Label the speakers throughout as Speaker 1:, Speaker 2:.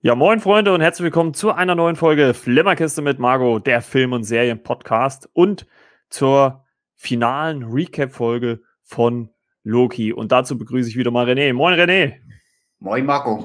Speaker 1: Ja, moin Freunde und herzlich willkommen zu einer neuen Folge Flimmerkiste mit Margot, der Film- und Serien-Podcast und zur finalen Recap-Folge von Loki. Und dazu begrüße ich wieder mal René. Moin René!
Speaker 2: Moin Marco.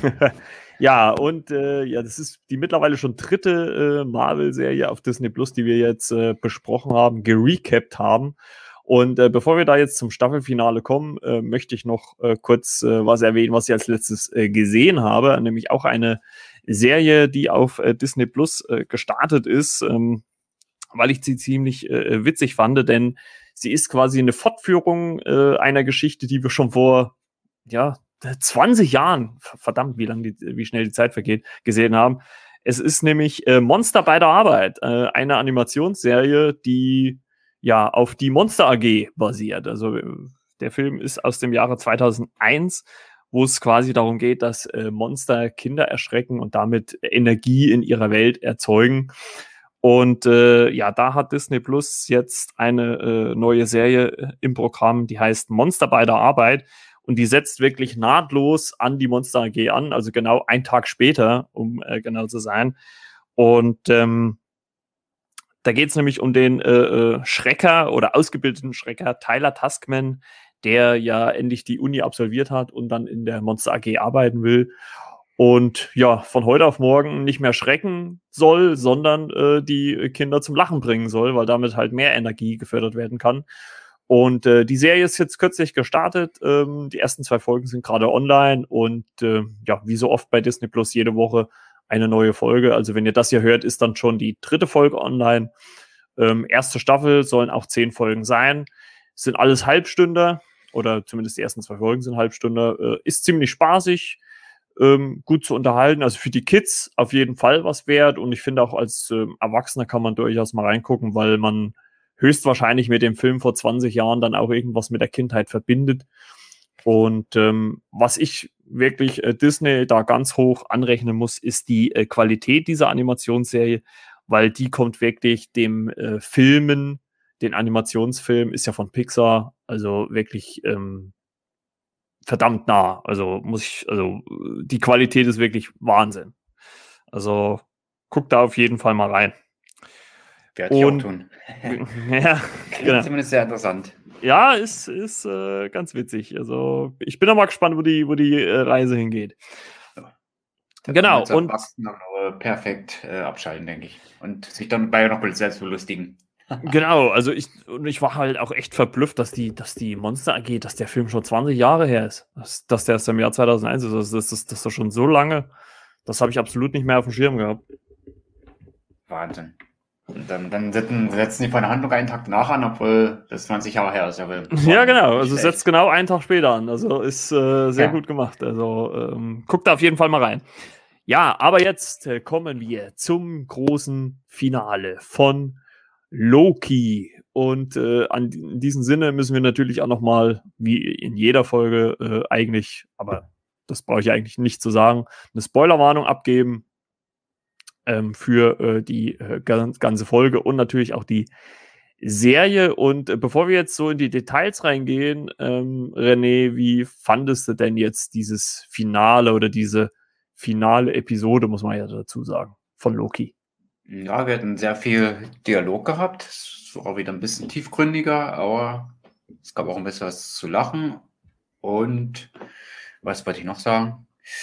Speaker 1: Ja, und ja, das ist die mittlerweile schon dritte Marvel-Serie auf Disney Plus, die wir jetzt besprochen haben, gerecapt haben. Und bevor wir da jetzt zum Staffelfinale kommen, möchte ich noch kurz was erwähnen, was ich als letztes gesehen habe, nämlich auch eine Serie, die auf Disney Plus gestartet ist, weil ich sie ziemlich witzig fand, denn sie ist quasi eine Fortführung einer Geschichte, die wir schon vor, ja, 20 Jahren, verdammt, wie schnell die Zeit vergeht, gesehen haben. Es ist nämlich Monster bei der Arbeit, eine Animationsserie, die ja auf die Monster AG basiert. Also der Film ist aus dem Jahre 2001, wo es quasi darum geht, dass Monster Kinder erschrecken und damit Energie in ihrer Welt erzeugen. Und ja, da hat Disney Plus jetzt eine neue Serie im Programm, die heißt Monster bei der Arbeit. Und die setzt wirklich nahtlos an die Monster AG an, also genau einen Tag später, um genau zu sein. Und da geht es nämlich um den Schrecker oder ausgebildeten Schrecker Tyler Taskman, der ja endlich die Uni absolviert hat und dann in der Monster AG arbeiten will. Und ja, von heute auf morgen nicht mehr schrecken soll, sondern die Kinder zum Lachen bringen soll, weil damit halt mehr Energie gefördert werden kann. Und die Serie ist jetzt kürzlich gestartet. Die ersten 2 Folgen sind gerade online und ja, wie so oft bei Disney Plus jede Woche eine neue Folge. Also wenn ihr das hier hört, ist dann schon die 3. Folge online. Erste Staffel sollen auch 10 Folgen sein. Sind alles Halbstünder oder zumindest die ersten 2 Folgen sind Halbstünder. Ist ziemlich spaßig, gut zu unterhalten. Also für die Kids auf jeden Fall was wert. Und ich finde auch als Erwachsener kann man durchaus mal reingucken, weil man höchstwahrscheinlich mit dem Film vor 20 Jahren dann auch irgendwas mit der Kindheit verbindet. Und was ich wirklich Disney da ganz hoch anrechnen muss, ist die Qualität dieser Animationsserie, weil die kommt wirklich dem Filmen, den Animationsfilm ist ja von Pixar, also wirklich verdammt nah. Also die Qualität ist wirklich Wahnsinn. Also guckt da auf jeden Fall mal rein.
Speaker 2: Werde ich auch
Speaker 1: Und
Speaker 2: tun.
Speaker 1: ja,
Speaker 2: Klingt
Speaker 1: genau.
Speaker 2: zumindest sehr interessant.
Speaker 1: Ja, ist ganz witzig. Also ich bin auch mal gespannt, wo die Reise hingeht.
Speaker 2: Ja. Da kann man
Speaker 1: Genau,
Speaker 2: als
Speaker 1: und
Speaker 2: Erwachsener noch perfekt abschalten, denke ich. Und sich dann dabei noch selbst belustigen.
Speaker 1: genau, also ich war halt auch echt verblüfft, dass die Monster AG, dass der Film schon 20 Jahre her ist. Dass der erst im Jahr 2001 ist. Also das ist schon so lange. Das habe ich absolut nicht mehr auf dem Schirm gehabt.
Speaker 2: Wahnsinn. Und dann setzen die von der Handlung einen Tag nach an, obwohl das 20 Jahre her ist. Aber muss
Speaker 1: Ja,
Speaker 2: sagen,
Speaker 1: genau.
Speaker 2: nicht
Speaker 1: Also es setzt
Speaker 2: schlecht.
Speaker 1: genau einen Tag später an. Also ist sehr
Speaker 2: Ja.
Speaker 1: gut gemacht. Also guckt da auf jeden Fall mal rein. Ja, aber jetzt kommen wir zum großen Finale von Loki. Und in diesem Sinne müssen wir natürlich auch noch mal, wie in jeder Folge eigentlich, aber das brauche ich eigentlich nicht zu sagen, eine Spoilerwarnung abgeben für die ganze Folge und natürlich auch die Serie. Und bevor wir jetzt so in die Details reingehen, René, wie fandest du denn jetzt dieses Finale oder diese finale Episode, muss man ja dazu sagen, von Loki?
Speaker 2: Ja, wir hatten sehr viel Dialog gehabt. Es war wieder ein bisschen tiefgründiger, aber es gab auch ein bisschen was zu lachen. Und was wollte ich noch sagen?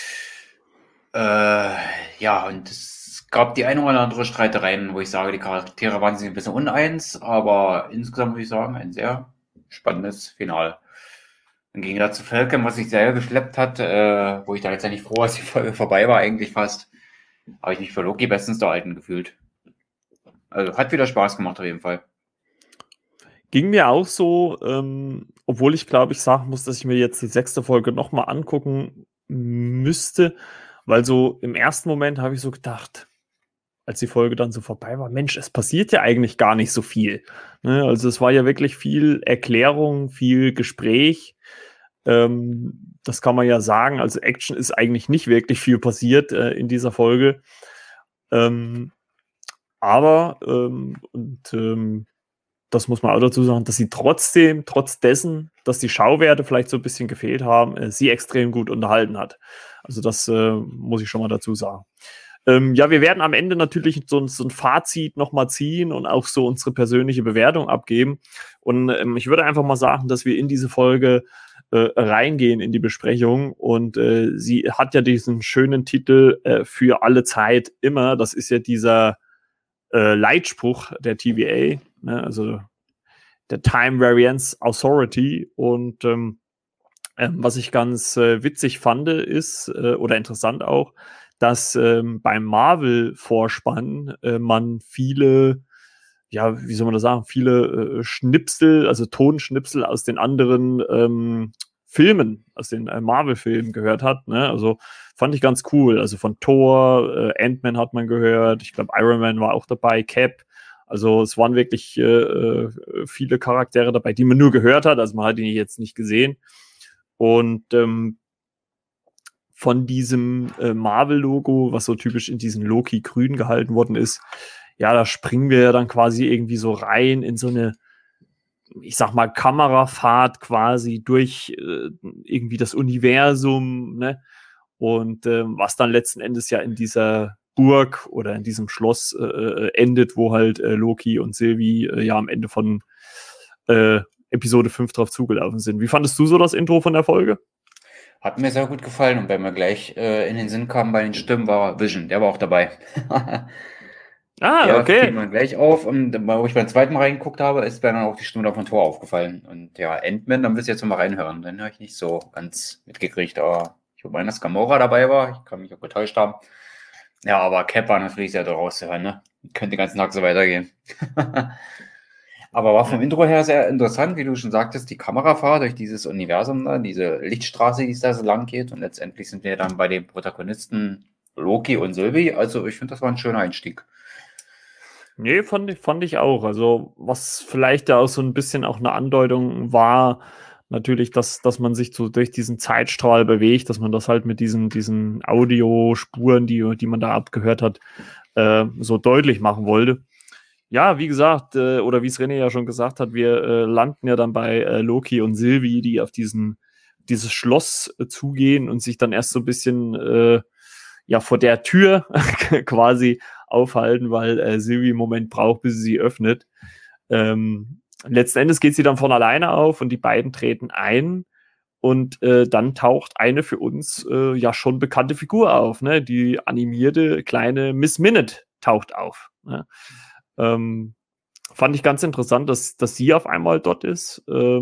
Speaker 2: Ja, und es gab die eine oder andere Streitereien, wo ich sage, die Charaktere waren sich ein bisschen uneins, aber insgesamt würde ich sagen, ein sehr spannendes Finale. Im Gegensatz zu Falcon, was sich sehr geschleppt hat, wo ich da letztendlich froh, als die Folge vorbei war, eigentlich fast, habe ich mich für Loki bestens unterhalten gefühlt. Also hat wieder Spaß gemacht auf jeden Fall.
Speaker 1: Ging mir auch so, obwohl ich glaube, ich sagen muss, dass ich mir jetzt die 6. Folge nochmal angucken müsste, weil so im ersten Moment habe ich so gedacht, als die Folge dann so vorbei war, Mensch, es passiert ja eigentlich gar nicht so viel. Ne? Also es war ja wirklich viel Erklärung, viel Gespräch. Das kann man ja sagen. Also Action ist eigentlich nicht wirklich viel passiert in dieser Folge. Ähm, aber das muss man auch dazu sagen, dass sie trotz dessen, dass die Schauwerte vielleicht so ein bisschen gefehlt haben, sie extrem gut unterhalten hat. Also das muss ich schon mal dazu sagen. Ja, wir werden am Ende natürlich so ein Fazit nochmal ziehen und auch so unsere persönliche Bewertung abgeben. Und ich würde einfach mal sagen, dass wir in diese Folge reingehen in die Besprechung. Und sie hat ja diesen schönen Titel für alle Zeit immer. Das ist ja dieser Leitspruch der TVA, ne? Also der Time Variance Authority. Und was ich ganz witzig fand, ist, oder interessant auch, dass beim Marvel-Vorspann man viele, ja, wie soll man das sagen, viele Schnipsel, also Tonschnipsel aus den anderen Filmen, aus den Marvel-Filmen gehört hat. Ne? Also fand ich ganz cool. Also von Thor, Ant-Man hat man gehört, ich glaube Iron Man war auch dabei, Cap. Also es waren wirklich viele Charaktere dabei, die man nur gehört hat, also man hat ihn jetzt nicht gesehen. Und von diesem Marvel-Logo, was so typisch in diesen Loki-Grün gehalten worden ist, ja, da springen wir dann quasi irgendwie so rein in so eine, ich sag mal, Kamerafahrt quasi durch irgendwie das Universum, ne? Und was dann letzten Endes ja in dieser Burg oder in diesem Schloss endet, wo halt Loki und Sylvie ja am Ende von Episode 5 drauf zugelaufen sind. Wie fandest du so das Intro von der Folge?
Speaker 2: Hat mir sehr gut gefallen und wenn wir gleich in den Sinn kamen bei den Stimmen, war Vision, der war auch dabei. Der
Speaker 1: Okay.
Speaker 2: fiel mir gleich auf und wo ich beim zweiten Mal reingeguckt habe, ist mir dann auch die Stimme von Thor aufgefallen. Und ja, Ant-Man, dann willst du jetzt mal reinhören. Den habe ich nicht so ganz mitgekriegt, aber ich meine, dass Gamora dabei war. Ich kann mich auch getäuscht haben. Ja, aber Cap war natürlich sehr rauszuhören, ne? Könnte den ganzen Tag so weitergehen. Aber war vom Intro her sehr interessant, wie du schon sagtest, die Kamerafahrt durch dieses Universum, ne? Diese Lichtstraße, die es da so lang geht. Und letztendlich sind wir dann bei den Protagonisten Loki und Sylvie. Also ich finde, das war ein schöner Einstieg.
Speaker 1: Nee, fand ich auch. Also, was vielleicht da auch so ein bisschen auch eine Andeutung war, natürlich, dass man sich so durch diesen Zeitstrahl bewegt, dass man das halt mit diesen Audiospuren, die man da abgehört hat, so deutlich machen wollte. Ja, wie gesagt, oder wie es René ja schon gesagt hat, wir landen ja dann bei Loki und Sylvie, die auf dieses Schloss zugehen und sich dann erst so ein bisschen ja vor der Tür quasi aufhalten, weil Sylvie im Moment braucht, bis sie öffnet. Letzten Endes geht sie dann von alleine auf und die beiden treten ein. Und dann taucht eine für uns ja schon bekannte Figur auf, ne? Die animierte kleine Miss Minute taucht auf. Ne? Fand ich ganz interessant, dass sie auf einmal dort ist,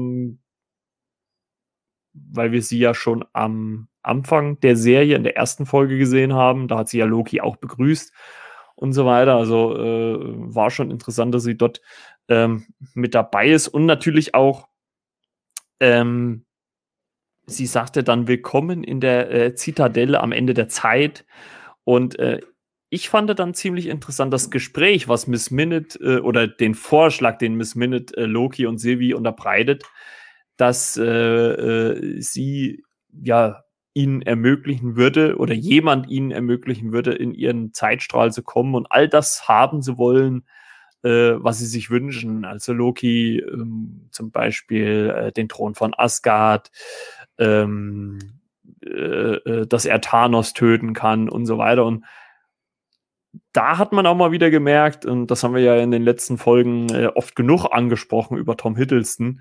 Speaker 1: weil wir sie ja schon am Anfang der Serie in der ersten Folge gesehen haben. Da hat sie ja Loki auch begrüßt und so weiter. Also war schon interessant, dass sie dort mit dabei ist und natürlich auch sie sagte dann willkommen in der Zitadelle am Ende der Zeit und ich fand dann ziemlich interessant das Gespräch, was Miss Minute oder den Vorschlag, den Miss Minute Loki und Sylvie unterbreitet, dass sie ja ihnen ermöglichen würde oder jemand ihnen ermöglichen würde, in ihren Zeitstrahl zu kommen und all das haben zu wollen, was sie sich wünschen. Also Loki zum Beispiel den Thron von Asgard, dass er Thanos töten kann und so weiter. Und da hat man auch mal wieder gemerkt, und das haben wir ja in den letzten Folgen oft genug angesprochen über Tom Hiddleston,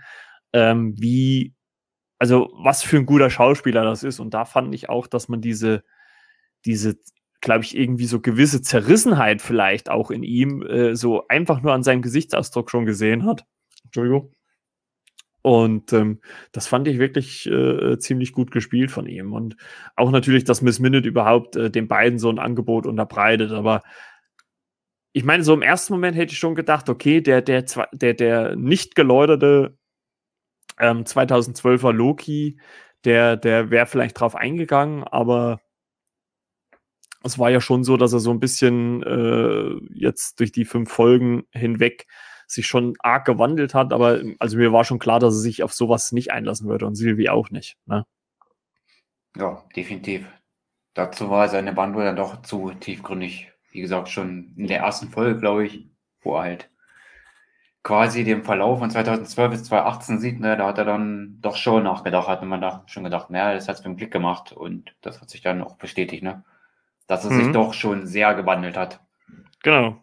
Speaker 1: also was für ein guter Schauspieler das ist. Und da fand ich auch, dass man diese, glaube ich, irgendwie so gewisse Zerrissenheit vielleicht auch in ihm so einfach nur an seinem Gesichtsausdruck schon gesehen hat. Entschuldigung. Und das fand ich wirklich ziemlich gut gespielt von ihm. Und auch natürlich, dass Miss Minute überhaupt den beiden so ein Angebot unterbreitet. Aber ich meine, so im ersten Moment hätte ich schon gedacht, okay, der nicht geläuterte 2012er Loki, der wäre vielleicht drauf eingegangen, aber es war ja schon so, dass er so ein bisschen jetzt durch die 5 Folgen hinweg sich schon arg gewandelt hat, aber also mir war schon klar, dass er sich auf sowas nicht einlassen würde und Sylvie auch nicht. Ne?
Speaker 2: Ja, definitiv. Dazu war seine Bandbreite dann doch zu tiefgründig. Wie gesagt, schon in der ersten Folge, glaube ich, wo er halt quasi den Verlauf von 2012 bis 2018 sieht, ne, da hat er dann doch schon nachgedacht, hat man da schon gedacht, naja, das hat es mit dem Blick gemacht und das hat sich dann auch bestätigt, ne, dass er sich doch schon sehr gewandelt hat.
Speaker 1: Genau.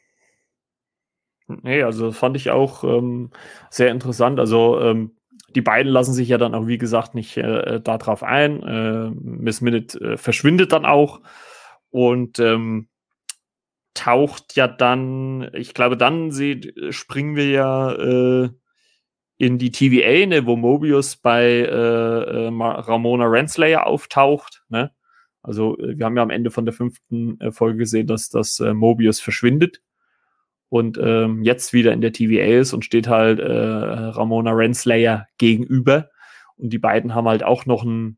Speaker 1: Nee, also das fand ich auch sehr interessant. Also die beiden lassen sich ja dann auch, wie gesagt, nicht darauf ein. Miss Minute verschwindet dann auch und taucht ja dann, ich glaube, dann springen wir ja in die TVA, ne, wo Mobius bei Ramona Renslayer auftaucht. Ne? Also wir haben ja am Ende von der 5. Folge gesehen, dass das Mobius verschwindet und jetzt wieder in der TVA ist und steht halt Ramona Renslayer gegenüber. Und die beiden haben halt auch noch ein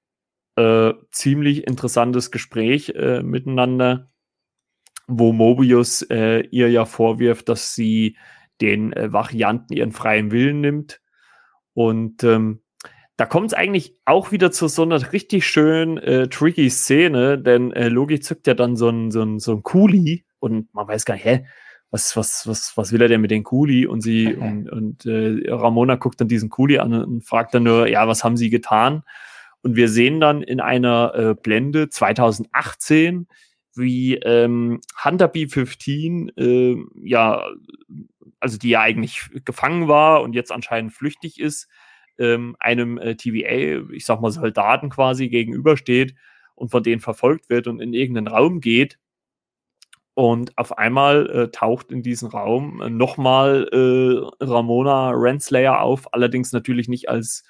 Speaker 1: ziemlich interessantes Gespräch miteinander, wo Mobius ihr ja vorwirft, dass sie den Varianten ihren freien Willen nimmt. Und da kommt es eigentlich auch wieder zu so einer richtig schön tricky Szene, denn Loki zückt ja dann so ein Kuli und man weiß gar nicht, was will er denn mit den Kuli? Und sie und Ramona guckt dann diesen Kuli an und fragt dann nur, ja, was haben sie getan? Und wir sehen dann in einer Blende 2018, wie Hunter B-15, ja, also die ja eigentlich gefangen war und jetzt anscheinend flüchtig ist, einem TVA, ich sag mal Soldaten quasi gegenübersteht und von denen verfolgt wird und in irgendeinen Raum geht. Und auf einmal taucht in diesem Raum nochmal Ramona Renslayer auf, allerdings natürlich nicht als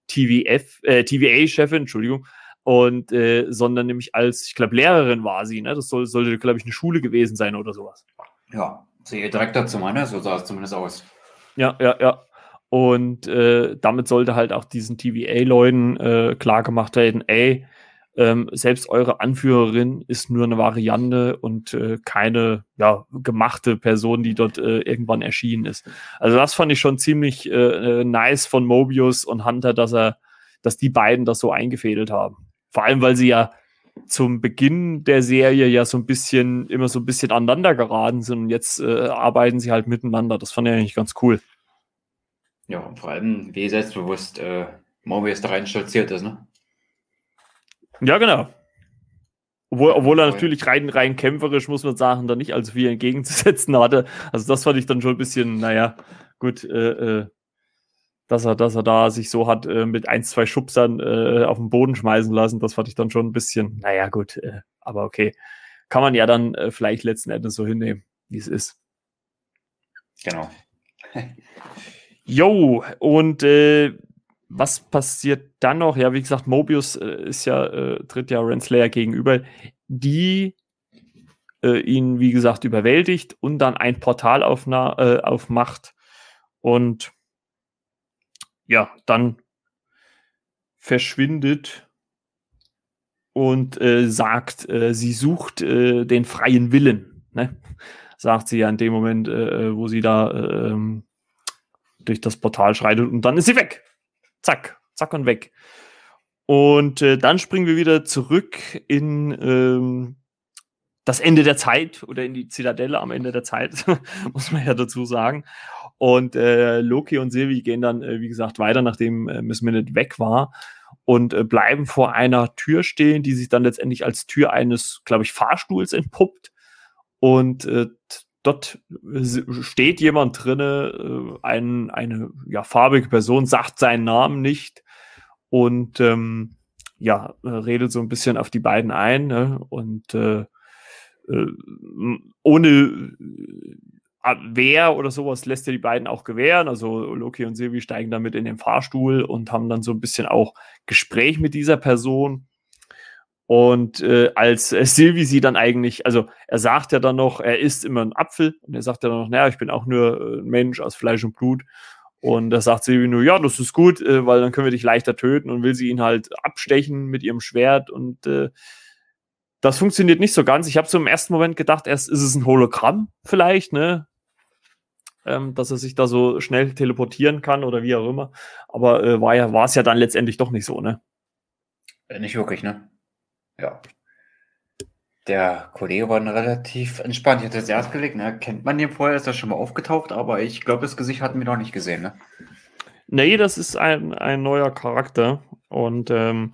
Speaker 1: TVA-Chefin, Entschuldigung, und sondern nämlich als, ich glaube, Lehrerin war sie, ne? Das sollte, glaube ich, eine Schule gewesen sein oder sowas.
Speaker 2: Ja, sehe direkt dazu mal, ne? So sah es zumindest aus.
Speaker 1: Ja. Und damit sollte halt auch diesen TVA-Leuten klar gemacht werden, ey, selbst eure Anführerin ist nur eine Variante und keine gemachte Person, die dort irgendwann erschienen ist. Also das fand ich schon ziemlich nice von Mobius und Hunter, dass die beiden das so eingefädelt haben. Vor allem, weil sie ja zum Beginn der Serie ja immer so ein bisschen aneinander geraten sind und jetzt arbeiten sie halt miteinander. Das fand ich eigentlich ganz cool.
Speaker 2: Ja, und vor allem, wie selbstbewusst Mobius da rein stolziert ist, ne?
Speaker 1: Ja, genau. Obwohl er natürlich rein kämpferisch, muss man sagen, da nicht allzu viel entgegenzusetzen hatte. Also das fand ich dann schon ein bisschen, naja, gut, dass er da sich so hat mit 1, 2 Schubsern auf den Boden schmeißen lassen. Das fand ich dann schon ein bisschen, naja, gut, aber okay. Kann man ja dann vielleicht letzten Endes so hinnehmen, wie es ist.
Speaker 2: Genau.
Speaker 1: Jo, und was passiert dann noch? Ja, wie gesagt, Mobius tritt ja Renslayer gegenüber, die ihn, wie gesagt, überwältigt und dann ein Portal aufmacht und ja, dann verschwindet und sagt, sie sucht den freien Willen, ne? Sagt sie ja in dem Moment, wo sie da durch das Portal schreitet und dann ist sie weg. Zack und weg. Und dann springen wir wieder zurück in das Ende der Zeit oder in die Zitadelle am Ende der Zeit, muss man ja dazu sagen. Und Loki und Sylvie gehen dann, wie gesagt, weiter, nachdem Miss Minute weg war und bleiben vor einer Tür stehen, die sich dann letztendlich als Tür eines, glaube ich, Fahrstuhls entpuppt. Und dort steht jemand drinne, eine farbige Person, sagt seinen Namen nicht und redet so ein bisschen auf die beiden ein, ne? Und ohne Wehr oder sowas lässt er die beiden auch gewähren. Also Loki und Sylvie steigen damit in den Fahrstuhl und haben dann so ein bisschen auch Gespräch mit dieser Person. Und als Sylvie sie dann eigentlich, also er sagt ja dann noch, er isst immer einen Apfel und er sagt ja dann noch, naja, ich bin auch nur ein Mensch aus Fleisch und Blut. Und da sagt Sylvie nur, ja, das ist gut, weil dann können wir dich leichter töten und will sie ihn halt abstechen mit ihrem Schwert und das funktioniert nicht so ganz. Ich habe so im ersten Moment gedacht, erst ist es ein Hologramm vielleicht, ne? Dass er sich da so schnell teleportieren kann oder wie auch immer. Aber war es ja dann letztendlich doch nicht so, ne?
Speaker 2: Nicht wirklich, ne? Ja. Der Kollege war relativ entspannt. Ich hatte das erst gelegt, ne? Kennt man den vorher? Ist das schon mal aufgetaucht? Aber ich glaube, das Gesicht hatten wir noch nicht gesehen, ne?
Speaker 1: Nee, das ist ein neuer Charakter. Und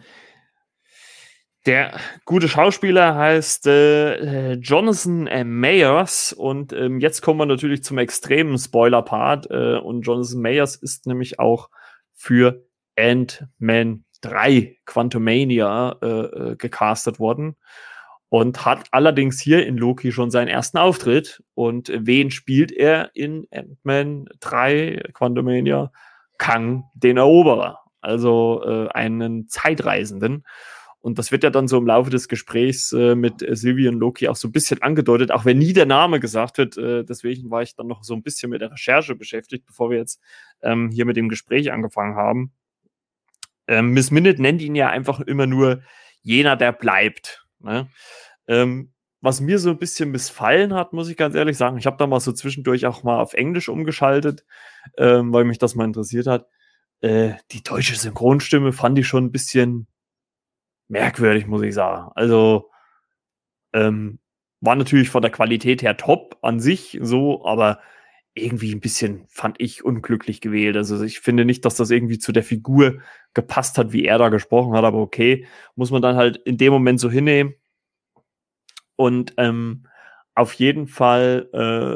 Speaker 1: der gute Schauspieler heißt Jonathan Mayers. Und jetzt kommen wir natürlich zum extremen Spoiler-Part. Und Jonathan Mayers ist nämlich auch für Ant-Man 3 Quantumania gecastet worden. Und hat allerdings hier in Loki schon seinen ersten Auftritt. Und wen spielt er in Ant-Man 3 Quantumania? Kang, den Eroberer. Also einen Zeitreisenden. Und das wird ja dann so im Laufe des Gesprächs mit Sylvie und Loki auch so ein bisschen angedeutet, auch wenn nie der Name gesagt wird. Deswegen war ich dann noch so ein bisschen mit der Recherche beschäftigt, bevor wir jetzt hier mit dem Gespräch angefangen haben. Miss Minute nennt ihn ja einfach immer nur jener, der bleibt. Ne? Was mir so ein bisschen missfallen hat, muss ich ganz ehrlich sagen, ich habe da mal so zwischendurch auch mal auf Englisch umgeschaltet, weil mich das mal interessiert hat. Die deutsche Synchronstimme fand ich schon ein bisschen merkwürdig, muss ich sagen. Also war natürlich von der Qualität her top an sich so, aber irgendwie ein bisschen, fand ich, unglücklich gewählt. Also ich finde nicht, dass das irgendwie zu der Figur gepasst hat, wie er da gesprochen hat, aber okay, muss man dann halt in dem Moment so hinnehmen. Und auf jeden Fall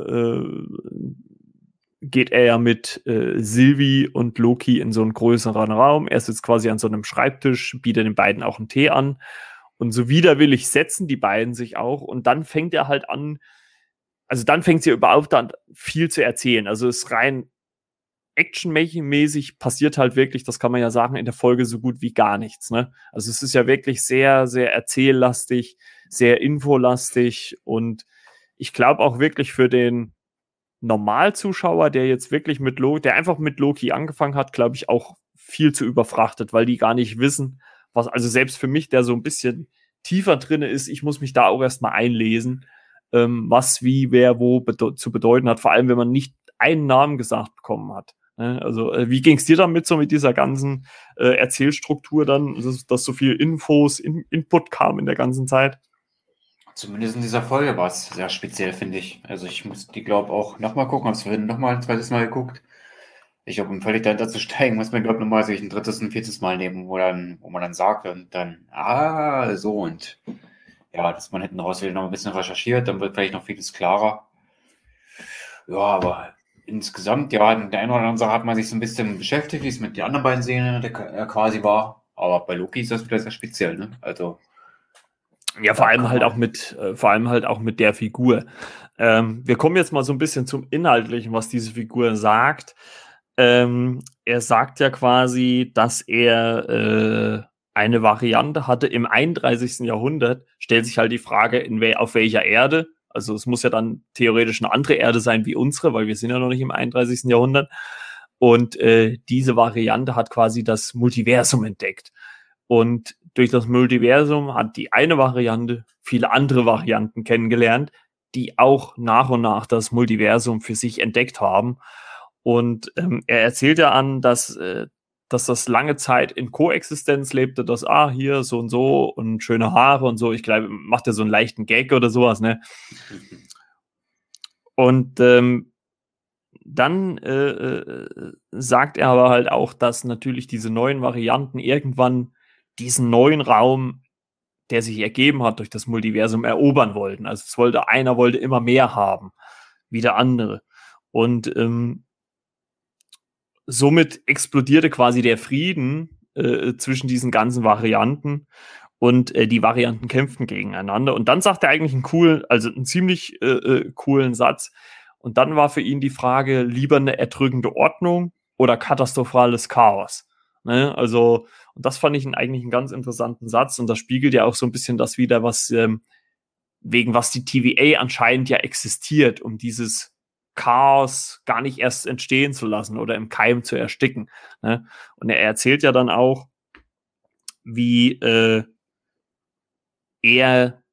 Speaker 1: geht er ja mit Sylvie und Loki in so einen größeren Raum. Er sitzt quasi an so einem Schreibtisch, bietet den beiden auch einen Tee an. Und so widerwillig setzen die beiden sich auch. Und dann fängt er halt an, also dann fängt sie überhaupt an, viel zu erzählen. Also es ist rein actionmäßig passiert halt wirklich, das kann man ja sagen, in der Folge so gut wie gar nichts. Ne? Also es ist ja wirklich sehr, sehr erzähllastig, sehr infolastig und ich glaube auch wirklich für den Normalzuschauer, der jetzt wirklich mit Loki, der einfach mit Loki angefangen hat, glaube ich auch viel zu überfrachtet, weil die gar nicht wissen, was, also selbst für mich, der so ein bisschen tiefer drinne ist, ich muss mich da auch erstmal einlesen, was, wie, wer, wo zu bedeuten hat, vor allem wenn man nicht einen Namen gesagt bekommen hat. Also, wie ging es dir damit so mit dieser ganzen Erzählstruktur dann, dass so viel Infos, Input kam in der ganzen Zeit?
Speaker 2: Zumindest in dieser Folge war es sehr speziell, finde ich. Also ich muss die, glaube auch nochmal gucken. Habe es vorhin nochmal ein zweites Mal geguckt. Ich glaube, um völlig dahinter zu steigen, muss man, glaube ich, nochmal sich ein drittes und viertes Mal nehmen, wo man dann sagt und dann, so und ja, dass man hinten raus wieder noch ein bisschen recherchiert, dann wird vielleicht noch vieles klarer. Ja, aber insgesamt, ja, in der einen oder anderen Sache hat man sich so ein bisschen beschäftigt, wie es mit den anderen beiden Szenen quasi war. Aber bei Loki ist das wieder sehr speziell, ne? Also,
Speaker 1: Ja,
Speaker 2: da kann man.
Speaker 1: vor allem halt auch mit der Figur. Wir kommen jetzt mal so ein bisschen zum Inhaltlichen, was diese Figur sagt. Er sagt ja quasi, dass er eine Variante hatte im 31. Jahrhundert. Stellt sich halt die Frage, auf welcher Erde. Also es muss ja dann theoretisch eine andere Erde sein wie unsere, weil wir sind ja noch nicht im 31. Jahrhundert. Und diese Variante hat quasi das Multiversum entdeckt. Und durch das Multiversum hat die eine Variante viele andere Varianten kennengelernt, die auch nach und nach das Multiversum für sich entdeckt haben. Und er erzählt ja an, dass das lange Zeit in Koexistenz lebte, dass, hier so und schöne Haare und so. Ich glaube, macht er so einen leichten Gag oder sowas, ne? Und dann sagt er aber halt auch, dass natürlich diese neuen Varianten irgendwann diesen neuen Raum, der sich ergeben hat durch das Multiversum, erobern wollten. Also einer wollte immer mehr haben, wie der andere. Und somit explodierte quasi der Frieden zwischen diesen ganzen Varianten und die Varianten kämpften gegeneinander. Und dann sagt er eigentlich einen ziemlich coolen Satz. Und dann war für ihn die Frage, lieber eine erdrückende Ordnung oder katastrophales Chaos. Ne? Also, und das fand ich eigentlich einen ganz interessanten Satz. Und das spiegelt ja auch so ein bisschen das wider, wegen was die TVA anscheinend ja existiert, um dieses Chaos gar nicht erst entstehen zu lassen oder im Keim zu ersticken. Ne? Und er erzählt ja dann auch, wie er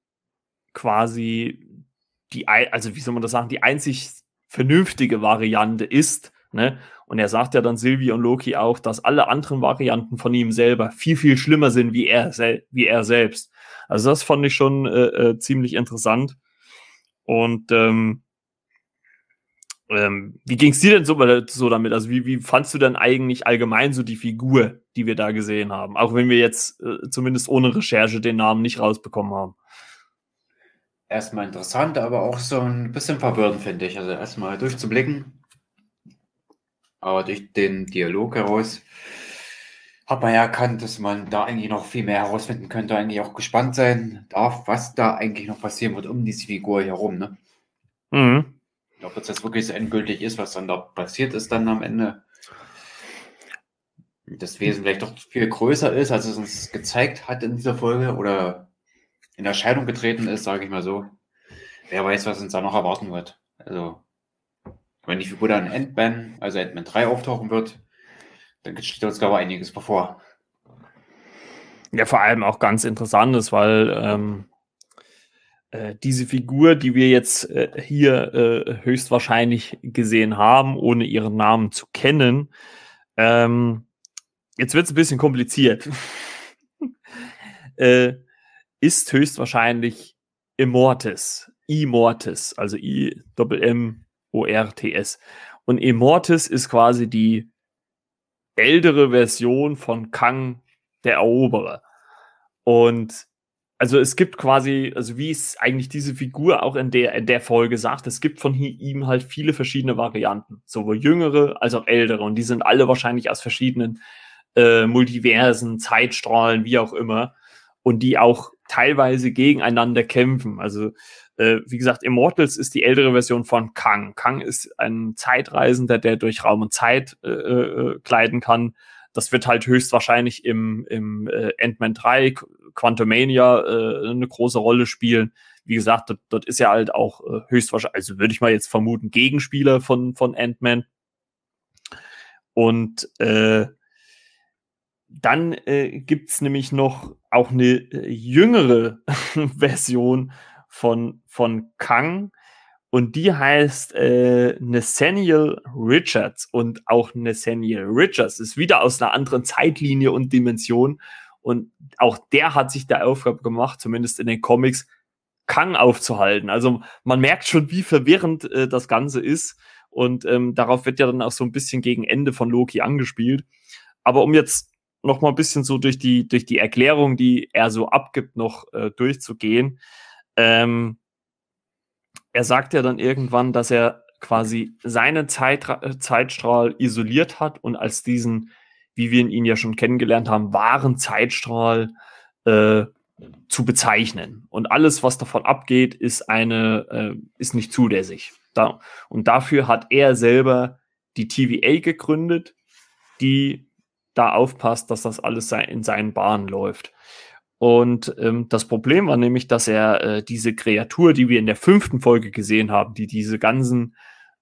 Speaker 1: quasi also wie soll man das sagen, die einzig vernünftige Variante ist, Ne? Und er sagt ja dann Sylvie und Loki auch, dass alle anderen Varianten von ihm selber viel, viel schlimmer sind wie er selbst. Also das fand ich schon ziemlich interessant. Und wie ging es dir denn so damit? Also wie fandst du denn eigentlich allgemein so die Figur, die wir da gesehen haben? Auch wenn wir jetzt zumindest ohne Recherche den Namen nicht rausbekommen haben.
Speaker 2: Erstmal interessant, aber auch so ein bisschen verwirrend, finde ich. Also erstmal durchzublicken, aber durch den Dialog heraus hat man ja erkannt, dass man da eigentlich noch viel mehr herausfinden könnte, eigentlich auch gespannt sein darf, was da eigentlich noch passieren wird um diese Figur herum. Ne?
Speaker 1: Mhm.
Speaker 2: Ob das jetzt wirklich so endgültig ist, was dann da passiert ist dann am Ende. Das Wesen vielleicht doch viel größer ist, als es uns gezeigt hat in dieser Folge oder in Erscheinung getreten ist, sage ich mal so. Wer weiß, was uns da noch erwarten wird. Also, wenn die Figur dann Ant-Man, also Ant-Man 3 auftauchen wird, dann steht uns, glaube ich, einiges bevor.
Speaker 1: Ja, vor allem auch ganz interessant ist, weil diese Figur, die wir jetzt hier höchstwahrscheinlich gesehen haben, ohne ihren Namen zu kennen, jetzt wird es ein bisschen kompliziert, ist höchstwahrscheinlich Immortus, also I-M-M-O-R-T-S. Und Immortus ist quasi die ältere Version von Kang der Eroberer. Und also es gibt quasi, also wie es eigentlich diese Figur auch in der Folge sagt, es gibt von ihm halt viele verschiedene Varianten, sowohl jüngere als auch ältere. Und die sind alle wahrscheinlich aus verschiedenen Multiversen, Zeitstrahlen, wie auch immer. Und die auch teilweise gegeneinander kämpfen. Also wie gesagt, Immortals ist die ältere Version von Kang. Kang ist ein Zeitreisender, der durch Raum und Zeit gleiten kann. Das wird halt höchstwahrscheinlich im Ant-Man 3, Quantumania, eine große Rolle spielen. Wie gesagt, dort ist er halt auch höchstwahrscheinlich, also würde ich mal jetzt vermuten, Gegenspieler von Ant-Man. Und dann gibt es nämlich noch auch eine jüngere Version von Kang. Und die heißt Nathaniel Richards. Und auch Nathaniel Richards ist wieder aus einer anderen Zeitlinie und Dimension. Und auch der hat sich der Aufgabe gemacht, zumindest in den Comics, Kang aufzuhalten. Also man merkt schon, wie verwirrend das Ganze ist. Und darauf wird ja dann auch so ein bisschen gegen Ende von Loki angespielt. Aber um jetzt noch mal ein bisschen so durch die Erklärung, die er so abgibt, noch durchzugehen. Er sagt ja dann irgendwann, dass er quasi seinen Zeitstrahl isoliert hat und als diesen, wie wir ihn ja schon kennengelernt haben, wahren Zeitstrahl zu bezeichnen. Und alles, was davon abgeht, ist nicht zulässig. Und dafür hat er selber die TVA gegründet, die da aufpasst, dass das alles in seinen Bahnen läuft. Und das Problem war nämlich, dass er diese Kreatur, die wir in der 5. Folge gesehen haben, die diese ganzen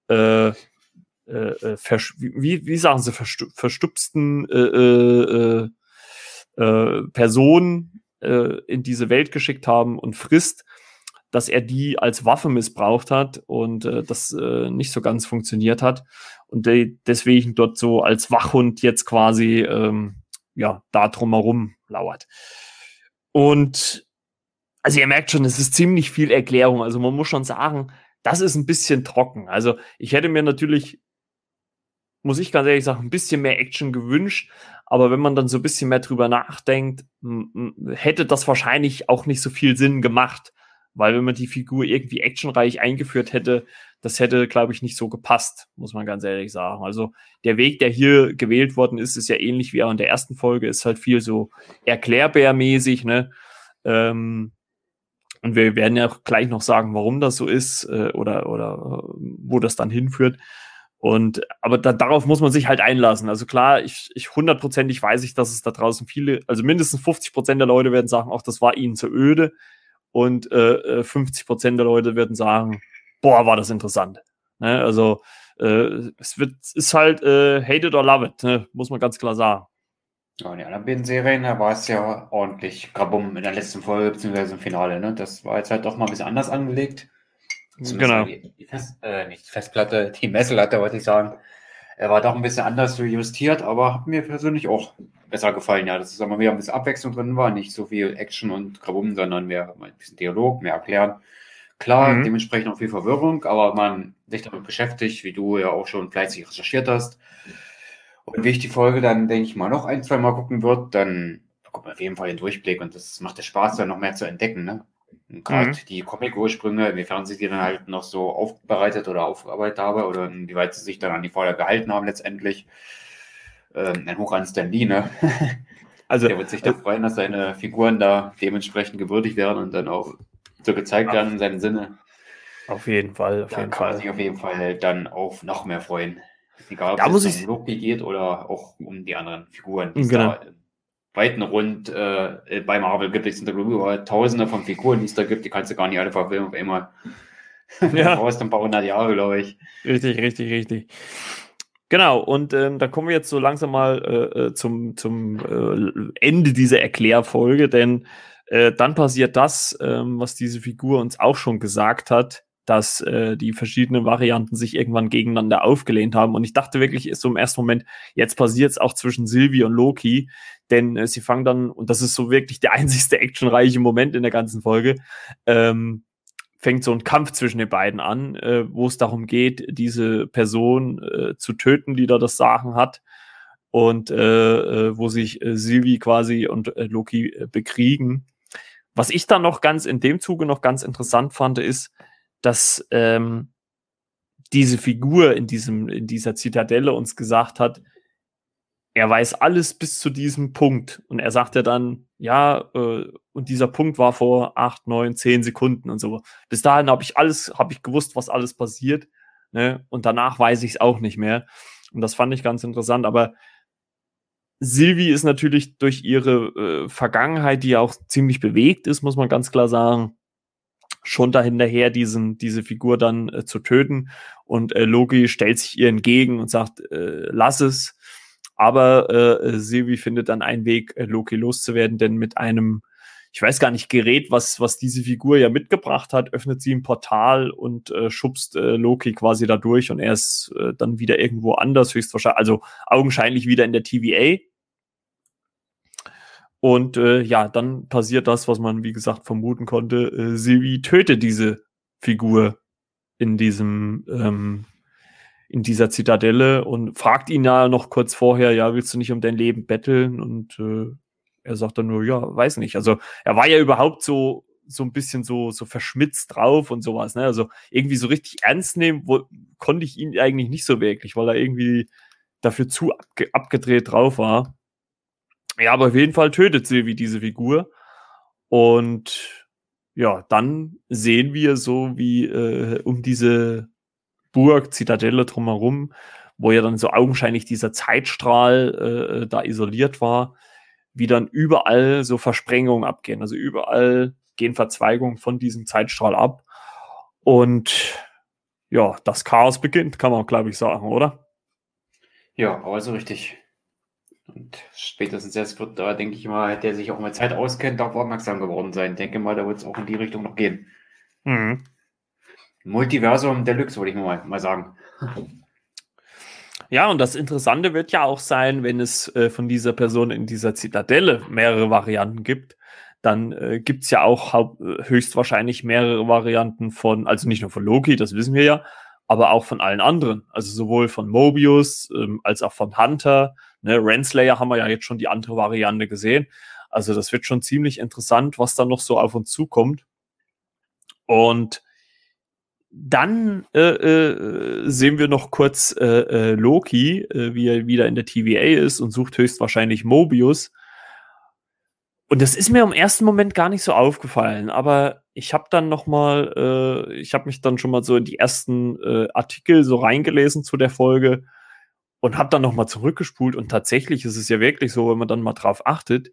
Speaker 1: wie sagen sie, verstupsten Personen in diese Welt geschickt haben und frisst, dass er die als Waffe missbraucht hat und das nicht so ganz funktioniert hat und deswegen dort so als Wachhund jetzt quasi da drumherum lauert. Und also ihr merkt schon, es ist ziemlich viel Erklärung. Also man muss schon sagen, das ist ein bisschen trocken. Also ich hätte mir natürlich, muss ich ganz ehrlich sagen, ein bisschen mehr Action gewünscht. Aber wenn man dann so ein bisschen mehr drüber nachdenkt, hätte das wahrscheinlich auch nicht so viel Sinn gemacht. Weil wenn man die Figur irgendwie actionreich eingeführt hätte, das hätte, glaube ich, nicht so gepasst, muss man ganz ehrlich sagen. Also der Weg, der hier gewählt worden ist, ist ja ähnlich wie auch in der 1. Folge, ist halt viel so erklärbärmäßig, ne? Und wir werden ja auch gleich noch sagen, warum das so ist oder wo das dann hinführt. Aber darauf muss man sich halt einlassen. Also klar, ich 100%ig weiß ich, dass es da draußen viele, also mindestens 50% der Leute werden sagen, auch das war ihnen zu öde. Und 50% der Leute werden sagen, boah, war das interessant. Ne? Also ist halt hate it or love it, ne? Muss man ganz klar sagen.
Speaker 2: Ja, in den anderen beiden Serien, da war es ja ordentlich Kabum in der letzten Folge, beziehungsweise im Finale. Ne? Das war jetzt halt doch mal ein bisschen anders angelegt. Zumindest
Speaker 1: Genau.
Speaker 2: die Festplatte, die Messlatte, wollte ich sagen. Er war doch ein bisschen anders so justiert, aber hat mir persönlich auch besser gefallen. Ja, dass es mal wieder ein bisschen Abwechslung drin war, nicht so viel Action und Grabum, sondern mehr mal ein bisschen Dialog, mehr erklären. Klar, dementsprechend auch viel Verwirrung, aber man sich damit beschäftigt, wie du ja auch schon fleißig recherchiert hast. Und wie ich die Folge dann, denke ich mal, noch ein, zwei Mal gucken wird, dann bekommt man auf jeden Fall den Durchblick und das macht es Spaß, dann noch mehr zu entdecken. Ne? Gerade die Comic-Ursprünge, inwiefern sie die dann halt noch so aufbereitet oder aufgearbeitet haben oder inwieweit sie sich dann an die Vorlage gehalten haben letztendlich. Ein Hoch an Stan Lee, ne? Also, der wird sich da freuen, dass seine Figuren da dementsprechend gewürdigt werden und dann auch so gezeigt werden in seinem Sinne.
Speaker 1: Auf jeden Fall,
Speaker 2: Da kann man sich auf jeden Fall dann auch noch mehr freuen. Egal, ob es um Loki geht oder auch um die anderen Figuren, die es da im weiten Rund bei Marvel gibt. Es sind da über Tausende von Figuren, die es da gibt. Die kannst du gar nicht alle verfilmen auf einmal. Ja. Du brauchst ein paar hundert Jahre, glaube ich.
Speaker 1: Richtig. Genau, und da kommen wir jetzt so langsam mal zum Ende dieser Erklärfolge, denn dann passiert das, was diese Figur uns auch schon gesagt hat, dass die verschiedenen Varianten sich irgendwann gegeneinander aufgelehnt haben. Und ich dachte wirklich so im ersten Moment, jetzt passiert es auch zwischen Sylvie und Loki, denn sie fangen dann, und das ist so wirklich der einzigste actionreiche Moment in der ganzen Folge, fängt so ein Kampf zwischen den beiden an, wo es darum geht, diese Person zu töten, die da das Sagen hat. Und wo sich Sylvie quasi und Loki bekriegen. Was ich dann noch in dem Zuge noch ganz interessant fand, ist, dass diese Figur in dieser Zitadelle uns gesagt hat, er weiß alles bis zu diesem Punkt. Und er sagt ja dann, ja, und dieser Punkt war vor 8, 9, 10 Sekunden und so. Bis dahin habe ich gewusst, was alles passiert. Ne? Und danach weiß ich es auch nicht mehr. Und das fand ich ganz interessant. Aber Sylvie ist natürlich durch ihre Vergangenheit, die ja auch ziemlich bewegt ist, muss man ganz klar sagen, schon dahinterher, diese Figur dann zu töten. Und Loki stellt sich ihr entgegen und sagt, lass es. Aber Sylvie findet dann einen Weg, Loki loszuwerden, denn mit einem, ich weiß gar nicht, Gerät, was diese Figur ja mitgebracht hat, öffnet sie ein Portal und schubst Loki quasi da durch und er ist dann wieder irgendwo anders, höchstwahrscheinlich, also augenscheinlich wieder in der TVA. Und ja, dann passiert das, was man, wie gesagt, vermuten konnte. Sylvie tötet diese Figur in dieser Zitadelle und fragt ihn ja noch kurz vorher, ja, willst du nicht um dein Leben betteln? Und er sagt dann nur, ja, weiß nicht. Also er war ja überhaupt so ein bisschen so verschmitzt drauf und sowas, ne? Also irgendwie so richtig ernst nehmen konnte ich ihn eigentlich nicht so wirklich, weil er irgendwie dafür zu abgedreht drauf war. Ja, aber auf jeden Fall tötet Sylvie diese Figur. Und ja, dann sehen wir so, wie um diese Burg, Zitadelle drumherum, wo ja dann so augenscheinlich dieser Zeitstrahl da isoliert war, wie dann überall so Versprengungen abgehen. Also überall gehen Verzweigungen von diesem Zeitstrahl ab. Und ja, das Chaos beginnt, kann man, glaube ich, sagen, oder?
Speaker 2: Ja, aber so richtig. Und spätestens jetzt wird da, denke ich mal, der sich auch mit Zeit auskennt, darauf aufmerksam geworden sein. Denke mal, da wird es auch in die Richtung noch gehen. Multiversum Deluxe, würde ich mal sagen.
Speaker 1: Ja, und das Interessante wird ja auch sein, wenn es von dieser Person in dieser Zitadelle mehrere Varianten gibt, dann gibt es ja auch höchstwahrscheinlich mehrere Varianten also nicht nur von Loki, das wissen wir ja, aber auch von allen anderen. Also sowohl von Mobius als auch von Hunter. Ne, Renslayer haben wir ja jetzt schon die andere Variante gesehen. Also das wird schon ziemlich interessant, was da noch so auf uns zukommt. Und dann sehen wir noch kurz Loki, wie er wieder in der TVA ist und sucht höchstwahrscheinlich Mobius. Und das ist mir im ersten Moment gar nicht so aufgefallen, aber ich habe mich dann schon mal so in die ersten Artikel so reingelesen zu der Folge und habe dann noch mal zurückgespult und tatsächlich ist es ja wirklich so, wenn man dann mal drauf achtet,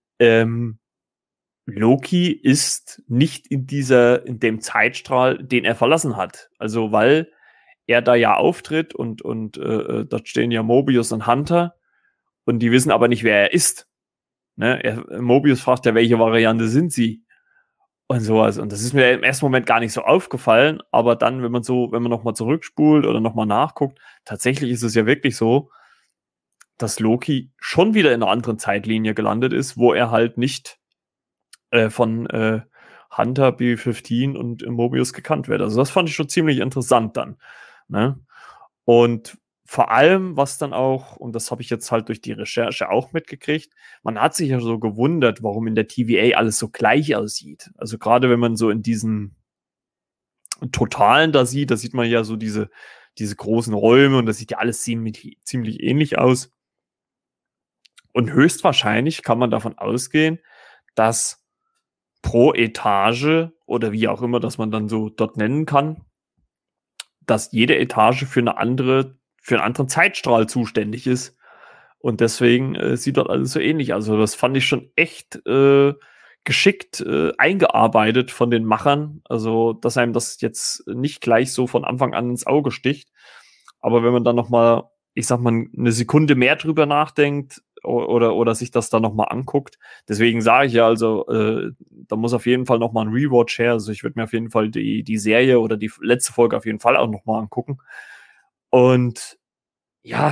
Speaker 1: Loki ist nicht in dem Zeitstrahl, den er verlassen hat. Also, weil er da ja auftritt und dort stehen ja Mobius und Hunter und die wissen aber nicht, wer er ist. Ne? Mobius fragt ja, welche Variante sind sie? und sowas. Und das ist mir im ersten Moment gar nicht so aufgefallen, aber dann, wenn man nochmal zurückspult oder nochmal nachguckt, tatsächlich ist es ja wirklich so, dass Loki schon wieder in einer anderen Zeitlinie gelandet ist, wo er halt nicht von Hunter, B-15 und Mobius gekannt wird. Also das fand ich schon ziemlich interessant dann. Ne? Und vor allem, was dann auch, und das habe ich jetzt halt durch die Recherche auch mitgekriegt, man hat sich ja so gewundert, warum in der TVA alles so gleich aussieht. Also gerade wenn man so in diesen Totalen da sieht man ja so diese großen Räume und das sieht ja alles ziemlich ähnlich aus. Und höchstwahrscheinlich kann man davon ausgehen, dass pro Etage oder wie auch immer, dass man dann so dort nennen kann, dass jede Etage für einen anderen Zeitstrahl zuständig ist. Und deswegen sieht dort alles so ähnlich aus. Also das fand ich schon echt geschickt eingearbeitet von den Machern. Also, dass einem das jetzt nicht gleich so von Anfang an ins Auge sticht. Aber wenn man dann noch mal, ich sag mal, eine Sekunde mehr drüber nachdenkt oder sich das dann noch mal anguckt. Deswegen sage ich ja, also da muss auf jeden Fall noch mal ein Rewatch her. Also ich würde mir auf jeden Fall die Serie oder die letzte Folge auf jeden Fall auch noch mal angucken. Und ja,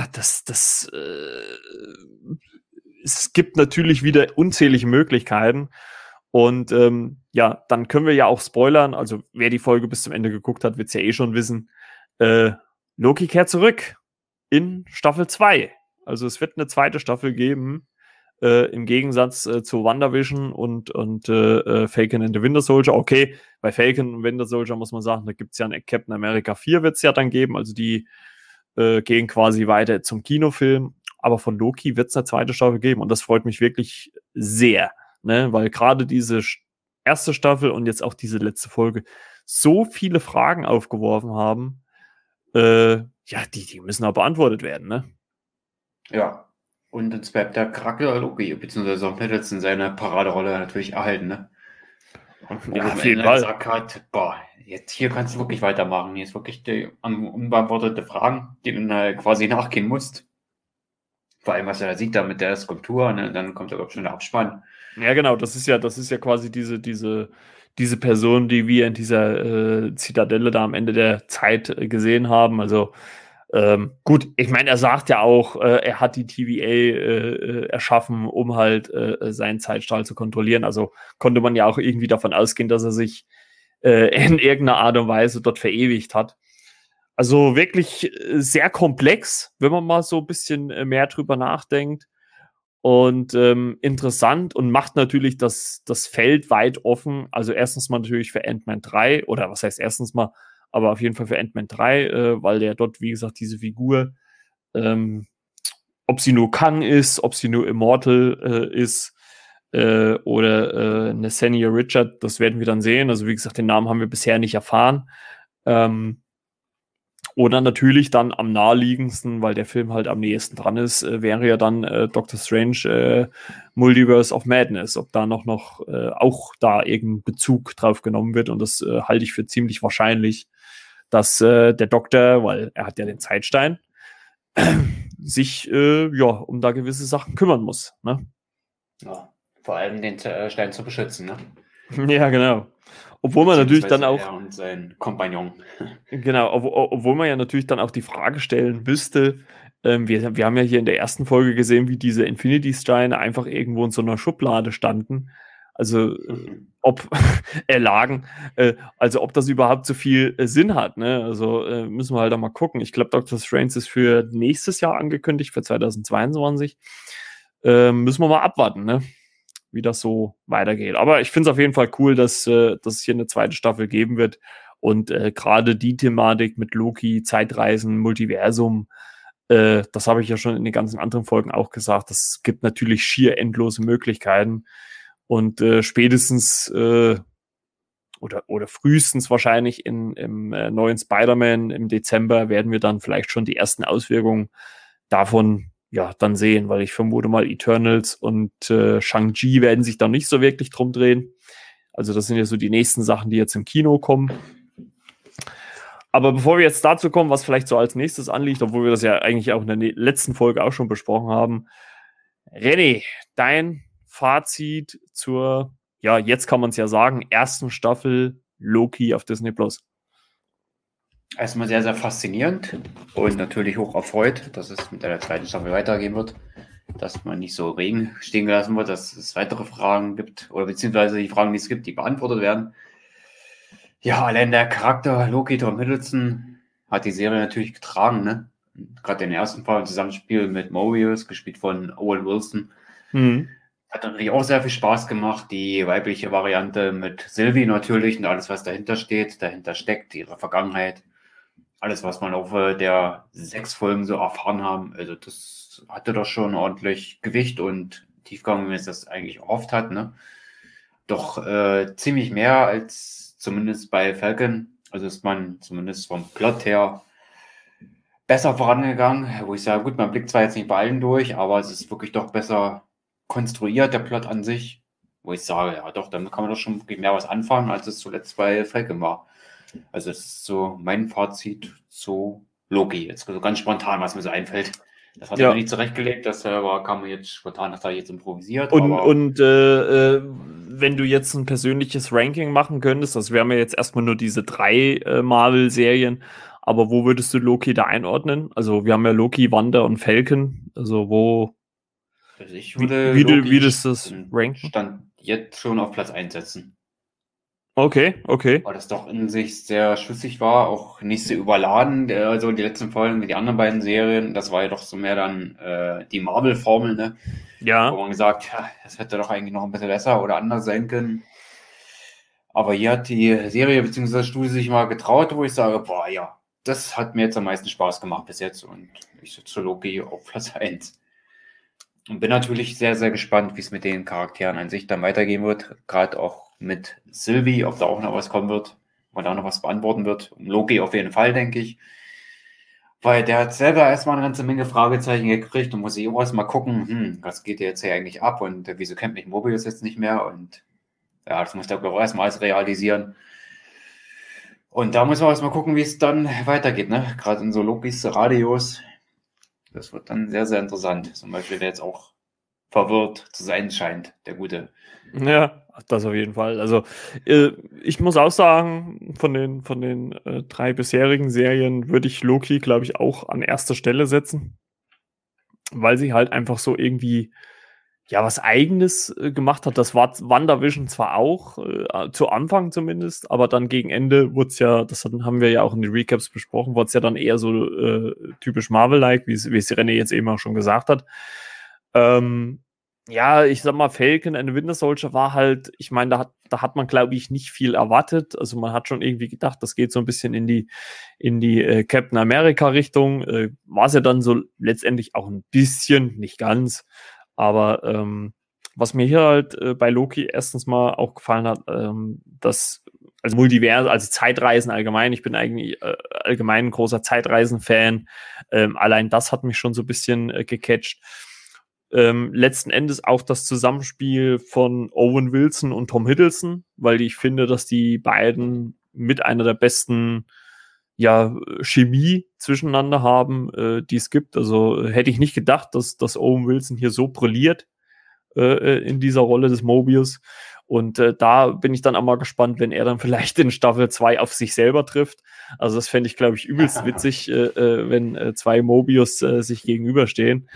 Speaker 1: es gibt natürlich wieder unzählige Möglichkeiten. Und ja, dann können wir ja auch spoilern. Also wer die Folge bis zum Ende geguckt hat, wird es ja eh schon wissen. Loki kehrt zurück in Staffel 2. Also es wird eine zweite Staffel geben, im Gegensatz zu WandaVision und Falcon and the Winter Soldier. Okay, bei Falcon und Winter Soldier muss man sagen, da gibt es ja ein Captain America 4 wird es ja dann geben. Also die gehen quasi weiter zum Kinofilm. Aber von Loki wird es eine zweite Staffel geben. Und das freut mich wirklich sehr. Ne? Weil gerade diese erste Staffel und jetzt auch diese letzte Folge so viele Fragen aufgeworfen haben. Ja, die müssen auch beantwortet werden. Ne?
Speaker 2: Ja. Und uns bleibt der Charakter Loki, beziehungsweise auch Middleton seine Paraderolle natürlich erhalten, ne? Wo
Speaker 1: Ja,
Speaker 2: am
Speaker 1: auf jeden
Speaker 2: Ende
Speaker 1: Fall.
Speaker 2: gesagt hat, boah, jetzt hier kannst du wirklich weitermachen. Hier ist wirklich die unbeantwortete Fragen, die du dann quasi nachgehen musst. Vor allem, was er da sieht, da mit der Skulptur, ne? Dann kommt da, glaube ich, schon der Abspann.
Speaker 1: Ja, genau, das ist ja quasi diese Person, die wir in dieser Zitadelle da am Ende der Zeit gesehen haben. Also gut, ich meine, er sagt ja auch, er hat die TVA erschaffen, um halt seinen Zeitstrahl zu kontrollieren. Also konnte man ja auch irgendwie davon ausgehen, dass er sich in irgendeiner Art und Weise dort verewigt hat. Also wirklich sehr komplex, wenn man mal so ein bisschen mehr drüber nachdenkt. Und interessant und macht natürlich das Feld weit offen. Also erstens mal natürlich für Ant-Man 3, oder was heißt erstens mal, aber auf jeden Fall für Ant-Man 3, weil der dort, wie gesagt, diese Figur, ob sie nur Kang ist, ob sie nur Immortal ist, oder Nathaniel Richard, das werden wir dann sehen. Also wie gesagt, den Namen haben wir bisher nicht erfahren. Oder natürlich dann am naheliegendsten, weil der Film halt am nächsten dran ist, wäre ja dann Doctor Strange Multiverse of Madness. Ob da noch auch da irgendein Bezug drauf genommen wird. Und das halte ich für ziemlich wahrscheinlich, dass der Doktor, weil er hat ja den Zeitstein, sich ja um da gewisse Sachen kümmern muss. Ne?
Speaker 2: Ja, vor allem den Stein zu beschützen, ne?
Speaker 1: Ja, genau. Obwohl man natürlich dann auch.
Speaker 2: Er und sein Kompagnon.
Speaker 1: Genau, obwohl man ja natürlich dann auch die Frage stellen müsste, wir haben ja hier in der ersten Folge gesehen, wie diese Infinity-Steine einfach irgendwo in so einer Schublade standen. Also, ob lagen, also ob das überhaupt so viel Sinn hat, ne? Also müssen wir halt auch mal gucken. Ich glaube, Doctor Strange ist für nächstes Jahr angekündigt, für 2022. Müssen wir mal abwarten, ne? Wie das so weitergeht. Aber ich finde es auf jeden Fall cool, dass es hier eine zweite Staffel geben wird. Und gerade die Thematik mit Loki, Zeitreisen, Multiversum, das habe ich ja schon in den ganzen anderen Folgen auch gesagt. Das gibt natürlich schier endlose Möglichkeiten. Und spätestens oder frühestens wahrscheinlich im neuen Spider-Man im Dezember werden wir dann vielleicht schon die ersten Auswirkungen davon ja, dann sehen, weil ich vermute mal Eternals und Shang-Chi werden sich da nicht so wirklich drum drehen. Also das sind ja so die nächsten Sachen, die jetzt im Kino kommen. Aber bevor wir jetzt dazu kommen, was vielleicht so als nächstes anliegt, obwohl wir das ja eigentlich auch in der letzten Folge auch schon besprochen haben. René, dein Fazit zur ja, jetzt kann man es ja sagen, ersten Staffel Loki auf Disney Plus.
Speaker 2: Erstmal sehr, sehr faszinierend und natürlich hoch erfreut, dass es mit einer zweiten Staffel weitergehen wird, dass man nicht so Regen stehen gelassen wird, dass es weitere Fragen gibt oder beziehungsweise die Fragen, die es gibt, die beantwortet werden. Ja, allein der Charakter Loki, Tom Hiddleston, hat die Serie natürlich getragen, ne? Gerade den ersten Fall im Zusammenspiel mit Mobius, gespielt von Owen Wilson. Hat natürlich auch sehr viel Spaß gemacht. Die weibliche Variante mit Sylvie natürlich und alles, was dahinter steht, dahinter steckt, ihre Vergangenheit. Alles, was man auf der 6 Folgen so erfahren haben. Also das hatte doch schon ordentlich Gewicht und Tiefgang, wie man es das eigentlich erhofft hat, ne? Doch ziemlich mehr als zumindest bei Falcon. Also ist man zumindest vom Plot her besser vorangegangen, wo ich sage, gut, man blickt zwar jetzt nicht bei allen durch, aber es ist wirklich doch besser konstruiert, der Plot an sich, wo ich sage, ja doch, damit kann man doch schon wirklich mehr was anfangen, als es zuletzt bei Falcon war. Also das ist so mein Fazit zu Loki. Jetzt so ganz spontan, was mir so einfällt. Das hat er mir nicht zurechtgelegt, das kam mir jetzt spontan, das da jetzt improvisiert.
Speaker 1: Und wenn du jetzt ein persönliches Ranking machen könntest, das wären ja jetzt erstmal nur diese 3 Marvel-Serien, aber wo würdest du Loki da einordnen? Also wir haben ja Loki, Wanda und Falcon, also wo
Speaker 2: also ich würde
Speaker 1: wie würdest du das ranken?
Speaker 2: Stand jetzt schon auf Platz 1 setzen.
Speaker 1: Okay.
Speaker 2: Weil das doch in sich sehr schlüssig war, auch nicht so überladen, also die letzten Folgen wie die anderen beiden Serien, das war ja doch so mehr dann die Marvel-Formel, ne?
Speaker 1: Ja.
Speaker 2: Wo man gesagt, ja, das hätte doch eigentlich noch ein bisschen besser oder anders sein können. Aber hier hat die Serie bzw. das Studio sich mal getraut, wo ich sage, boah, ja, das hat mir jetzt am meisten Spaß gemacht bis jetzt und ich setze Loki auf Platz 1. Und bin natürlich sehr, sehr gespannt, wie es mit den Charakteren an sich dann weitergehen wird. Gerade auch mit Sylvie, ob da auch noch was kommen wird, ob man da noch was beantworten wird. Um Loki auf jeden Fall, denke ich. Weil der hat selber erstmal eine ganze Menge Fragezeichen gekriegt und muss sich auch erstmal gucken, was geht jetzt hier eigentlich ab und wieso kennt mich Mobius jetzt nicht mehr? Und ja, das muss der auch erstmal alles realisieren. Und da muss man erstmal gucken, wie es dann weitergeht, ne? Gerade in so Lokis Radios. Das wird dann sehr, sehr interessant. Zum Beispiel, der jetzt auch verwirrt zu sein scheint, der Gute.
Speaker 1: Ja, das auf jeden Fall. Also ich muss auch sagen, von den 3 bisherigen Serien würde ich Loki, glaube ich, auch an erster Stelle setzen, weil sie halt einfach so irgendwie ja was Eigenes gemacht hat. Das war WandaVision zwar auch, zu Anfang zumindest, aber dann gegen Ende wurde es ja, haben wir ja auch in den Recaps besprochen, wurde es ja dann eher so typisch Marvel-like, wie es René jetzt eben auch schon gesagt hat. Ja, ich sag mal, Falcon and the Winter Soldier war halt, ich meine, da hat man, glaube ich, nicht viel erwartet. Also man hat schon irgendwie gedacht, das geht so ein bisschen in die Captain America-Richtung. War es ja dann so letztendlich auch ein bisschen, nicht ganz. Aber was mir hier halt bei Loki erstens mal auch gefallen hat, dass also Multiverse, also Zeitreisen allgemein, ich bin eigentlich allgemein ein großer Zeitreisen-Fan. Allein das hat mich schon so ein bisschen gecatcht. Letzten Endes auch das Zusammenspiel von Owen Wilson und Tom Hiddleston, weil ich finde, dass die beiden mit einer der besten Chemie zwischeneinander haben, die es gibt. Also hätte ich nicht gedacht, dass Owen Wilson hier so brilliert in dieser Rolle des Mobius. Und da bin ich dann auch mal gespannt, wenn er dann vielleicht in Staffel 2 auf sich selber trifft. Also das fände ich, glaube ich, übelst witzig, wenn 2 Mobius sich gegenüberstehen.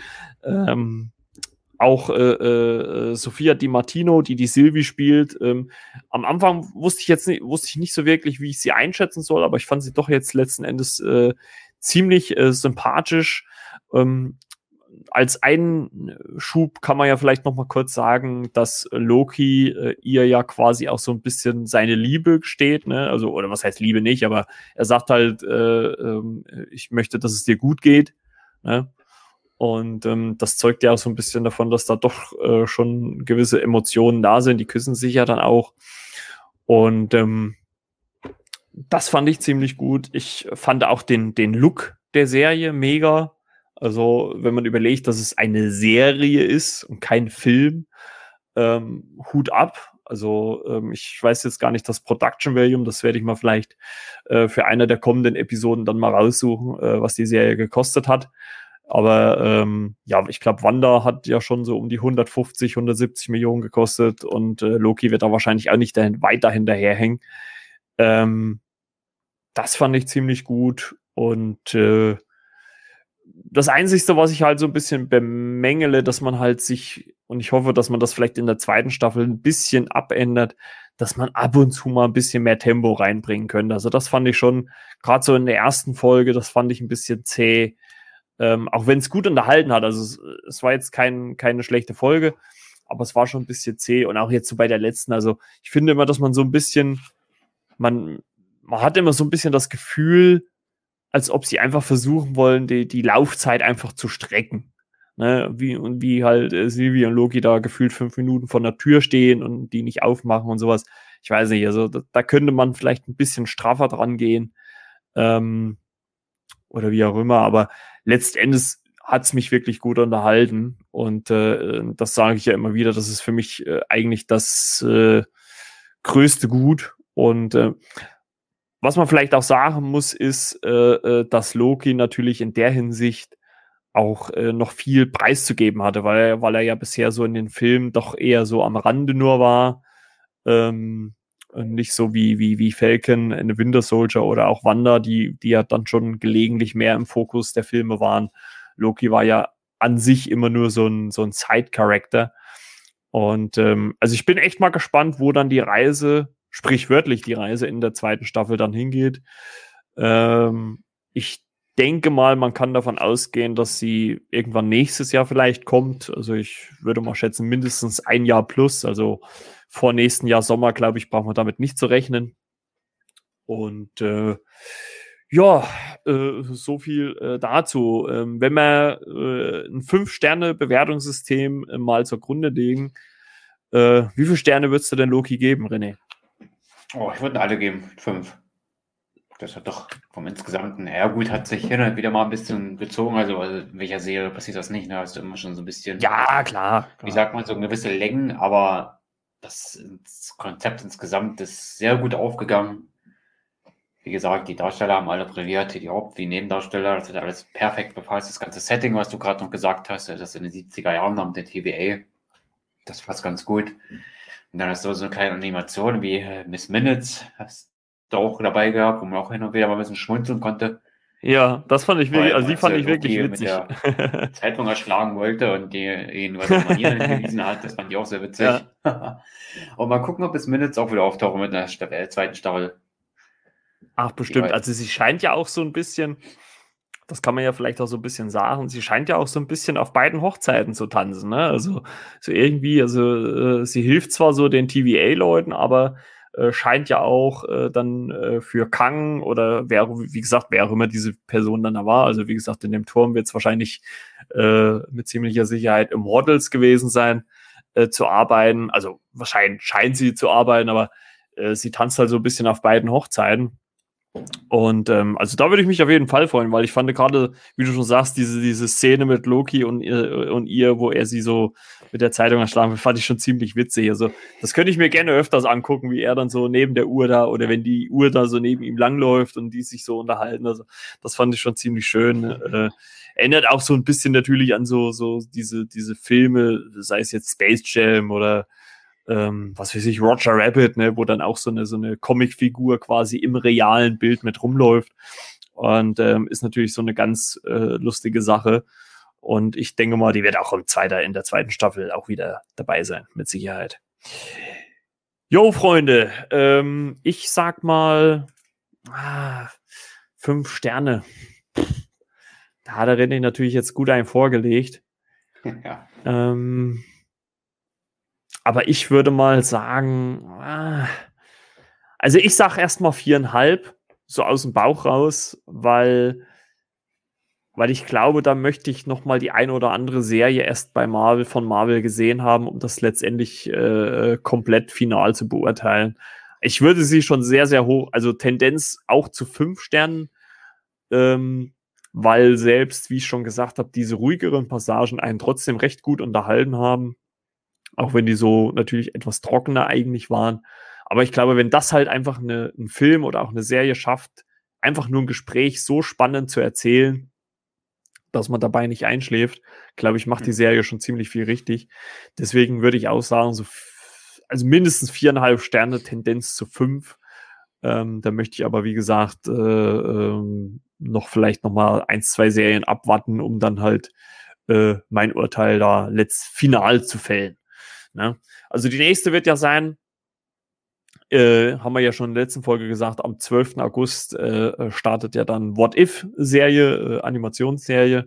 Speaker 1: Auch Sophia Di Martino, die Sylvie spielt. Am Anfang wusste ich nicht so wirklich, wie ich sie einschätzen soll, aber ich fand sie doch jetzt letzten Endes ziemlich sympathisch. Als Einschub kann man ja vielleicht noch mal kurz sagen, dass Loki ihr ja quasi auch so ein bisschen seine Liebe gesteht, ne? Also, oder was heißt Liebe nicht, aber er sagt halt, ich möchte, dass es dir gut geht, ne? Und das zeugt ja auch so ein bisschen davon, dass da doch schon gewisse Emotionen da sind. Die küssen sich ja dann auch. Und das fand ich ziemlich gut. Ich fand auch den Look der Serie mega. Also wenn man überlegt, dass es eine Serie ist und kein Film, Hut ab. Also ich weiß jetzt gar nicht das Production Value, das werde ich mal vielleicht für eine der kommenden Episoden dann mal raussuchen, was die Serie gekostet hat. Aber ja, ich glaube, Wanda hat ja schon so um die 150, 170 Millionen gekostet und Loki wird da wahrscheinlich auch nicht weiter hinterherhängen. Das fand ich ziemlich gut und das Einzige, was ich halt so ein bisschen bemängele, dass man halt sich, und ich hoffe, dass man das vielleicht in der zweiten Staffel ein bisschen abändert, dass man ab und zu mal ein bisschen mehr Tempo reinbringen könnte. Also das fand ich schon, gerade so in der ersten Folge, das fand ich ein bisschen zäh. Auch wenn es gut unterhalten hat. Also es war jetzt keine schlechte Folge, aber es war schon ein bisschen zäh. Und auch jetzt so bei der letzten, also ich finde immer, dass man so ein bisschen, man hat immer so ein bisschen das Gefühl, als ob sie einfach versuchen wollen, die Laufzeit einfach zu strecken. Ne? Wie halt Sylvie und Loki da gefühlt 5 Minuten vor der Tür stehen und die nicht aufmachen und sowas. Ich weiß nicht, also da könnte man vielleicht ein bisschen straffer dran gehen. Oder wie auch immer, aber letztendlich hat es mich wirklich gut unterhalten und das sage ich ja immer wieder, das ist für mich eigentlich das größte Gut und was man vielleicht auch sagen muss, ist, dass Loki natürlich in der Hinsicht auch noch viel preiszugeben hatte, weil er ja bisher so in den Filmen doch eher so am Rande nur war. Und nicht so wie Falcon in The Winter Soldier oder auch Wanda, die ja dann schon gelegentlich mehr im Fokus der Filme waren. Loki war ja an sich immer nur so ein Side-Character. Und also ich bin echt mal gespannt, wo dann die Reise, sprichwörtlich die Reise in der zweiten Staffel dann hingeht. Ich denke mal, man kann davon ausgehen, dass sie irgendwann nächstes Jahr vielleicht kommt. Also ich würde mal schätzen, mindestens ein Jahr plus. Also vor nächsten Jahr Sommer, glaube ich, brauchen wir damit nicht zu rechnen. Und ja, so viel dazu. Wenn wir ein 5-Sterne-Bewertungssystem mal zugrunde legen, wie viele Sterne würdest du denn Loki geben, René?
Speaker 2: Oh, ich würde alle geben, 5. Das hat doch vom Insgesamten, ja gut, hat sich hin und wieder mal ein bisschen gezogen, also in welcher Serie passiert das nicht, ne? Hast du immer schon so ein bisschen,
Speaker 1: ja, klar.
Speaker 2: Wie sagt man, so gewisse Längen, aber das Konzept insgesamt ist sehr gut aufgegangen. Wie gesagt, die Darsteller haben alle brilliert, die Haupt-, wie Nebendarsteller, das hat alles perfekt befasst. Das ganze Setting, was du gerade noch gesagt hast, das in den 70er Jahren noch mit der TVA, das passt ganz gut. Und dann hast du so eine kleine Animation wie Miss Minutes, hast du auch dabei gehabt, wo man auch hin und wieder mal ein bisschen schmunzeln konnte.
Speaker 1: Ja, das fand ich wirklich, also die fand ich wirklich witzig.
Speaker 2: Mit der Zeitung erschlagen wollte und die ihn was auf Manieren hingewiesen hat, das fand ich auch sehr witzig. Ja. Und mal gucken, ob Miss Minutes auch wieder auftauchen mit einer zweiten Staffel.
Speaker 1: Ach, bestimmt. Also sie scheint ja auch so ein bisschen, das kann man ja vielleicht auch so ein bisschen sagen, sie scheint ja auch so ein bisschen auf beiden Hochzeiten zu tanzen, ne? Also so irgendwie, also sie hilft zwar so den TVA-Leuten, aber scheint ja auch dann für Kang oder wer, wie gesagt, wer auch immer diese Person dann da war, also wie gesagt, in dem Turm wird es wahrscheinlich mit ziemlicher Sicherheit Immortals gewesen sein, zu arbeiten. Also wahrscheinlich scheint sie zu arbeiten, aber sie tanzt halt so ein bisschen auf beiden Hochzeiten. Und also da würde ich mich auf jeden Fall freuen, weil ich fand gerade, wie du schon sagst, diese Szene mit Loki und ihr, wo er sie so mit der Zeitung erschlagen will, fand ich schon ziemlich witzig. Also das könnte ich mir gerne öfters angucken, wie er dann so neben der Uhr da oder wenn die Uhr da so neben ihm langläuft und die sich so unterhalten. Also das fand ich schon ziemlich schön. Erinnert auch so ein bisschen natürlich an so diese Filme, sei es jetzt Space Jam oder was weiß ich, Roger Rabbit, ne, wo dann auch so eine Comicfigur quasi im realen Bild mit rumläuft. Und ist natürlich so eine ganz lustige Sache. Und ich denke mal, die wird auch in der zweiten Staffel auch wieder dabei sein, mit Sicherheit. Jo, Freunde, ich sag mal 5 Sterne. Da hat der René natürlich jetzt gut einen vorgelegt.
Speaker 2: Ja.
Speaker 1: Aber ich würde mal sagen, also ich sage erstmal 4,5, so aus dem Bauch raus, weil ich glaube, da möchte ich nochmal die eine oder andere Serie erst von Marvel gesehen haben, um das letztendlich komplett final zu beurteilen. Ich würde sie schon sehr, sehr hoch, also Tendenz auch zu 5 Sternen, weil selbst, wie ich schon gesagt habe, diese ruhigeren Passagen einen trotzdem recht gut unterhalten haben. Auch wenn die so natürlich etwas trockener eigentlich waren. Aber ich glaube, wenn das halt einfach ein Film oder auch eine Serie schafft, einfach nur ein Gespräch so spannend zu erzählen, dass man dabei nicht einschläft, glaube ich, macht die Serie schon ziemlich viel richtig. Deswegen würde ich auch sagen, also mindestens 4,5 Sterne, Tendenz zu 5. Da möchte ich aber, wie gesagt, noch vielleicht mal 1, 2 Serien abwarten, um dann halt mein Urteil da final zu fällen. Ne? Also die nächste wird ja sein, haben wir ja schon in der letzten Folge gesagt, am 12. August startet ja dann What If-Serie, Animationsserie.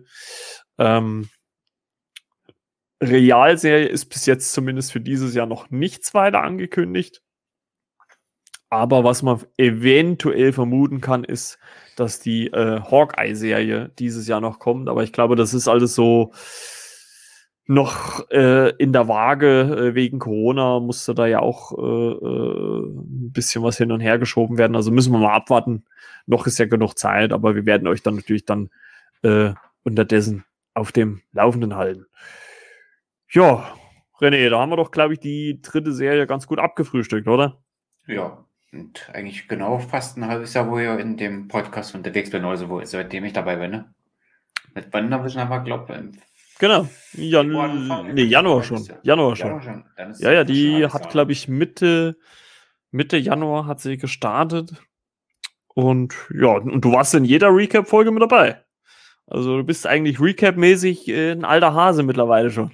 Speaker 1: Realserie ist bis jetzt zumindest für dieses Jahr noch nichts weiter angekündigt. Aber was man eventuell vermuten kann, ist, dass die Hawkeye-Serie dieses Jahr noch kommt. Aber ich glaube, das ist alles so noch in der Waage. Wegen Corona musste da ja auch ein bisschen was hin und her geschoben werden. Also müssen wir mal abwarten. Noch ist ja genug Zeit, aber wir werden euch dann natürlich dann unterdessen auf dem Laufenden halten. Ja, René, da haben wir doch, glaube ich, die dritte Serie ganz gut abgefrühstückt, oder?
Speaker 2: Ja, und eigentlich genau fast ein halbes Jahr, wo ihr in dem Podcast unterwegs bin, also seitdem ich dabei bin, ne? Mit WandaVision haben wir, glaube ich,
Speaker 1: genau. Januar schon. Januar
Speaker 2: schon.
Speaker 1: schon. Ja, die hat, glaube ich, Mitte Januar hat sie gestartet. Und ja, und du warst in jeder Recap-Folge mit dabei. Also du bist eigentlich Recap-mäßig ein alter Hase mittlerweile schon.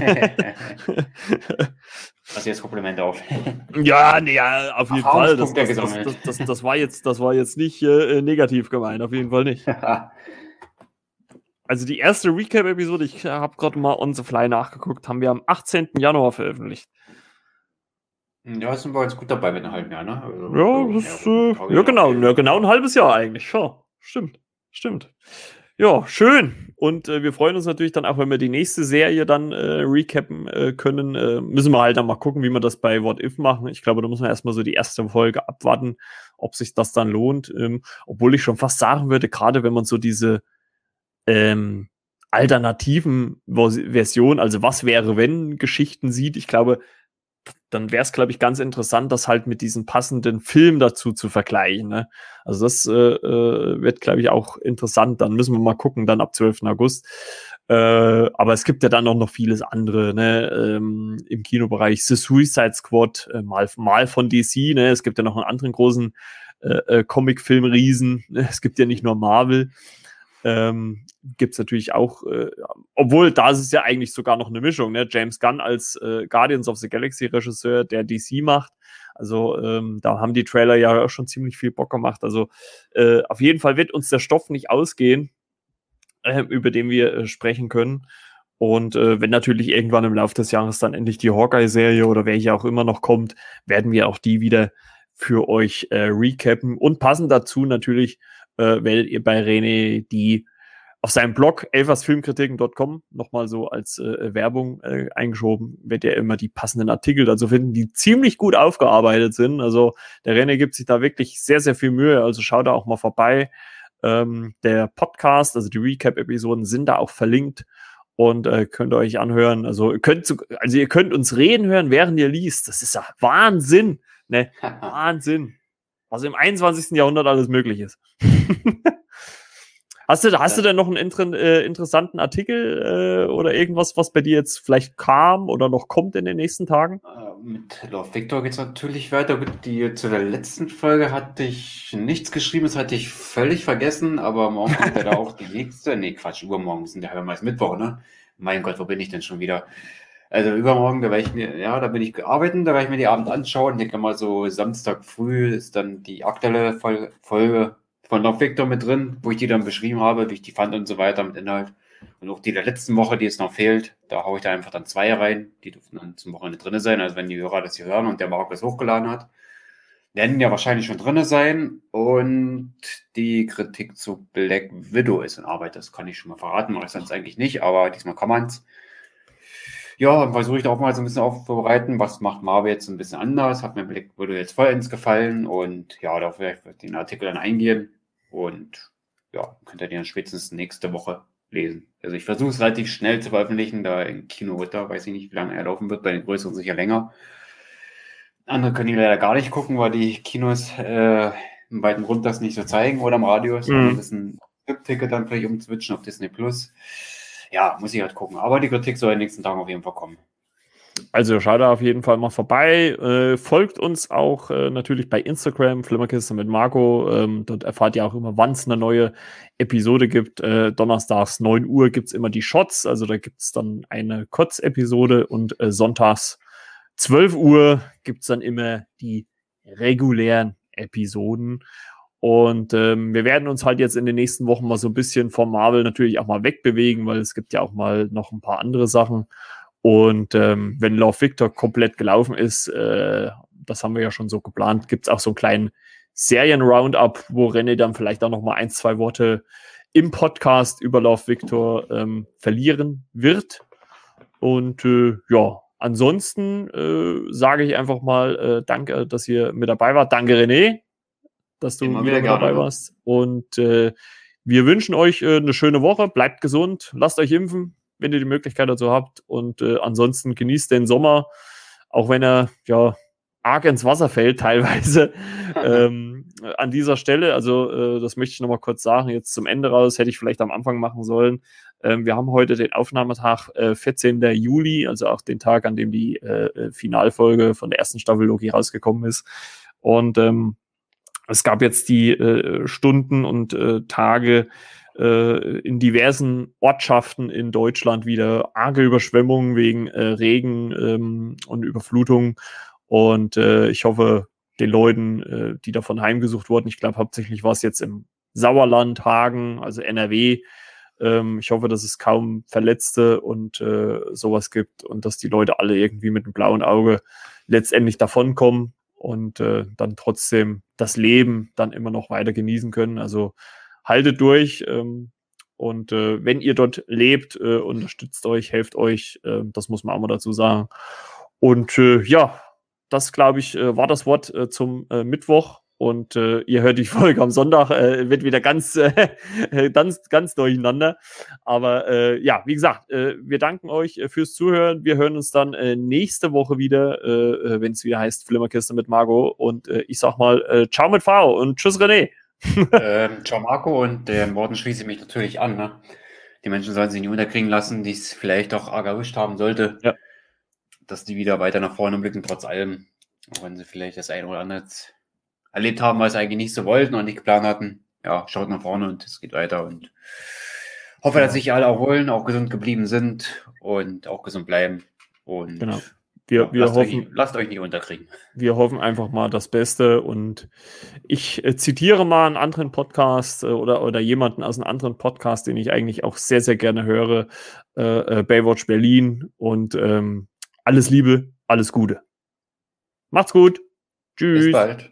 Speaker 2: Also jetzt Komplimente auf.
Speaker 1: Ja, auf jeden Fall. Das war jetzt nicht negativ gemeint, auf jeden Fall nicht. Also die erste Recap-Episode, ich habe gerade mal on the fly nachgeguckt, haben wir am 18. Januar veröffentlicht.
Speaker 2: Ja, sind wir jetzt gut dabei mit einem halben Jahr, ne? Also,
Speaker 1: genau ein halbes Jahr eigentlich. Ja, stimmt. Ja, schön. Und wir freuen uns natürlich dann auch, wenn wir die nächste Serie dann recappen können. Müssen wir halt dann mal gucken, wie wir das bei What If machen. Ich glaube, da muss man erstmal so die erste Folge abwarten, ob sich das dann lohnt. Obwohl ich schon fast sagen würde, gerade wenn man so diese alternativen Versionen, also was wäre, wenn Geschichten sieht, ich glaube, dann wäre es, glaube ich, ganz interessant, das halt mit diesem passenden Film dazu zu vergleichen. Ne? Also das wird, glaube ich, auch interessant. Dann müssen wir mal gucken, dann ab 12. August. Aber es gibt ja dann auch noch vieles andere, ne? Im Kinobereich. The Suicide Squad, mal von DC. Ne? Es gibt ja noch einen anderen großen Comic-Film-Riesen. Es gibt ja nicht nur Marvel. Gibt es natürlich auch, obwohl da ist es ja eigentlich sogar noch eine Mischung, ne? James Gunn als Guardians of the Galaxy Regisseur, der DC macht. Also da haben die Trailer ja schon ziemlich viel Bock gemacht. Also auf jeden Fall wird uns der Stoff nicht ausgehen, über den wir sprechen können. Und wenn natürlich irgendwann im Laufe des Jahres dann endlich die Hawkeye-Serie oder welche auch immer noch kommt, werden wir auch die wieder für euch recappen. Und passend dazu natürlich werdet ihr bei René die auf seinem Blog elfersfilmkritiken.com nochmal so als Werbung eingeschoben, wird ihr immer die passenden Artikel dazu finden, die ziemlich gut aufgearbeitet sind. Also der René gibt sich da wirklich sehr, sehr viel Mühe, also schaut da auch mal vorbei. Der Podcast, also die Recap-Episoden sind da auch verlinkt und könnt ihr euch anhören. Also ihr könnt uns reden hören, während ihr liest. Das ist ja Wahnsinn, ne? Wahnsinn. Was im 21. Jahrhundert alles möglich ist. Hast du denn noch einen interessanten Artikel oder irgendwas, was bei dir jetzt vielleicht kam oder noch kommt in den nächsten Tagen?
Speaker 2: Mit Love Victor geht es natürlich weiter. Zu der letzten Folge hatte ich nichts geschrieben, das hatte ich völlig vergessen, aber morgen kommt ja da auch die nächste. Nee, Quatsch, übermorgen sind ja meist Mittwoch, ne? Mein Gott, wo bin ich denn schon wieder? Also übermorgen, da bin ich arbeiten, da werde ich mir die Abend anschauen. Ich denke mal so Samstag früh ist dann die aktuelle Folge von Love Victor mit drin, wo ich die dann beschrieben habe, wie ich die fand und so weiter mit Inhalt. Und auch die der letzten Woche, die jetzt noch fehlt, da haue ich da einfach dann 2 rein. Die dürfen dann zum Wochenende drin sein. Also wenn die Hörer das hier hören und der Marc das hochgeladen hat, werden ja wahrscheinlich schon drin sein. Und die Kritik zu Black Widow ist in Arbeit. Das kann ich schon mal verraten, mache ich sonst eigentlich nicht, aber diesmal kann man es. Ja, dann versuche ich da auch mal so ein bisschen aufzubereiten, was macht Marvel jetzt ein bisschen anders. Hat mir Black Widow jetzt vollends gefallen und ja, da vielleicht wird den Artikel dann eingehen. Und ja, könnt ihr den spätestens nächste Woche lesen. Also ich versuche es relativ schnell zu veröffentlichen, da im Kino wird da, weiß ich nicht, wie lange er laufen wird, bei den größeren sicher länger. Andere können die leider gar nicht gucken, weil die Kinos im weiten Rund das nicht so zeigen oder im Radio ist ein bisschen Ticket dann vielleicht umzwitschen auf Disney Plus. Ja, muss ich halt gucken. Aber die Kritik soll in den nächsten Tagen auf jeden Fall kommen.
Speaker 1: Also schaut da auf jeden Fall mal vorbei. Folgt uns auch natürlich bei Instagram, Flimmerkiste mit Marco. Dort erfahrt ihr auch immer, wann es eine neue Episode gibt. Donnerstags 9 Uhr gibt es immer die Shots. Also da gibt es dann eine Kotz-Episode und sonntags 12 Uhr gibt es dann immer die regulären Episoden. Und wir werden uns halt jetzt in den nächsten Wochen mal so ein bisschen vom Marvel natürlich auch mal wegbewegen, weil es gibt ja auch mal noch ein paar andere Sachen. Und wenn Love Victor komplett gelaufen ist, das haben wir ja schon so geplant, gibt es auch so einen kleinen Serien-Roundup, wo René dann vielleicht auch noch mal 1-2 Worte im Podcast über Love Victor verlieren wird. Und ja, ansonsten sage ich einfach mal danke, dass ihr mit dabei wart. Danke, René, dass du wieder mit dabei warst. Und wir wünschen euch eine schöne Woche. Bleibt gesund, lasst euch impfen, wenn ihr die Möglichkeit dazu habt. Und ansonsten genießt den Sommer, auch wenn er ja arg ins Wasser fällt teilweise. An dieser Stelle, also das möchte ich nochmal kurz sagen, jetzt zum Ende raus, hätte ich vielleicht am Anfang machen sollen. Wir haben heute den Aufnahmetag 14. Juli, also auch den Tag, an dem die Finalfolge von der ersten Staffel Loki rausgekommen ist. Und es gab jetzt die Stunden und Tage in diversen Ortschaften in Deutschland wieder arge Überschwemmungen wegen Regen und Überflutung. Und ich hoffe, den Leuten, die davon heimgesucht wurden, ich glaube hauptsächlich war es jetzt im Sauerland, Hagen, also NRW. Ich hoffe, dass es kaum Verletzte und sowas gibt und dass die Leute alle irgendwie mit einem blauen Auge letztendlich davonkommen und dann trotzdem das Leben dann immer noch weiter genießen können. Also haltet durch und wenn ihr dort lebt, unterstützt euch, helft euch, das muss man auch mal dazu sagen. Und ja, das, glaube ich, war das Wort zum Mittwoch. Und ihr hört die Folge am Sonntag, wird wieder ganz durcheinander. Aber ja, wie gesagt, wir danken euch fürs Zuhören. Wir hören uns dann nächste Woche wieder, wenn es wieder heißt Flimmerkiste mit Marco. Und ich sag mal, ciao mit V und tschüss René.
Speaker 2: Ciao Marco, und den Worten schließe ich mich natürlich an. Ne? Die Menschen sollen sich nicht unterkriegen lassen, die es vielleicht auch arg erwischt haben sollte. Ja. Dass die wieder weiter nach vorne blicken, trotz allem. Auch wenn sie vielleicht das ein oder andere erlebt haben, was sie eigentlich nicht so wollten und nicht geplant hatten. Ja, schaut nach vorne und es geht weiter. Und hoffe, dass sich alle erholen, auch gesund geblieben sind und auch gesund bleiben. Und
Speaker 1: genau.
Speaker 2: Lasst euch nicht unterkriegen.
Speaker 1: Wir hoffen einfach mal das Beste. Und ich zitiere mal einen anderen Podcast oder jemanden aus einem anderen Podcast, den ich eigentlich auch sehr, sehr gerne höre. Baywatch Berlin. Und alles Liebe, alles Gute. Macht's gut. Tschüss.
Speaker 2: Bis bald.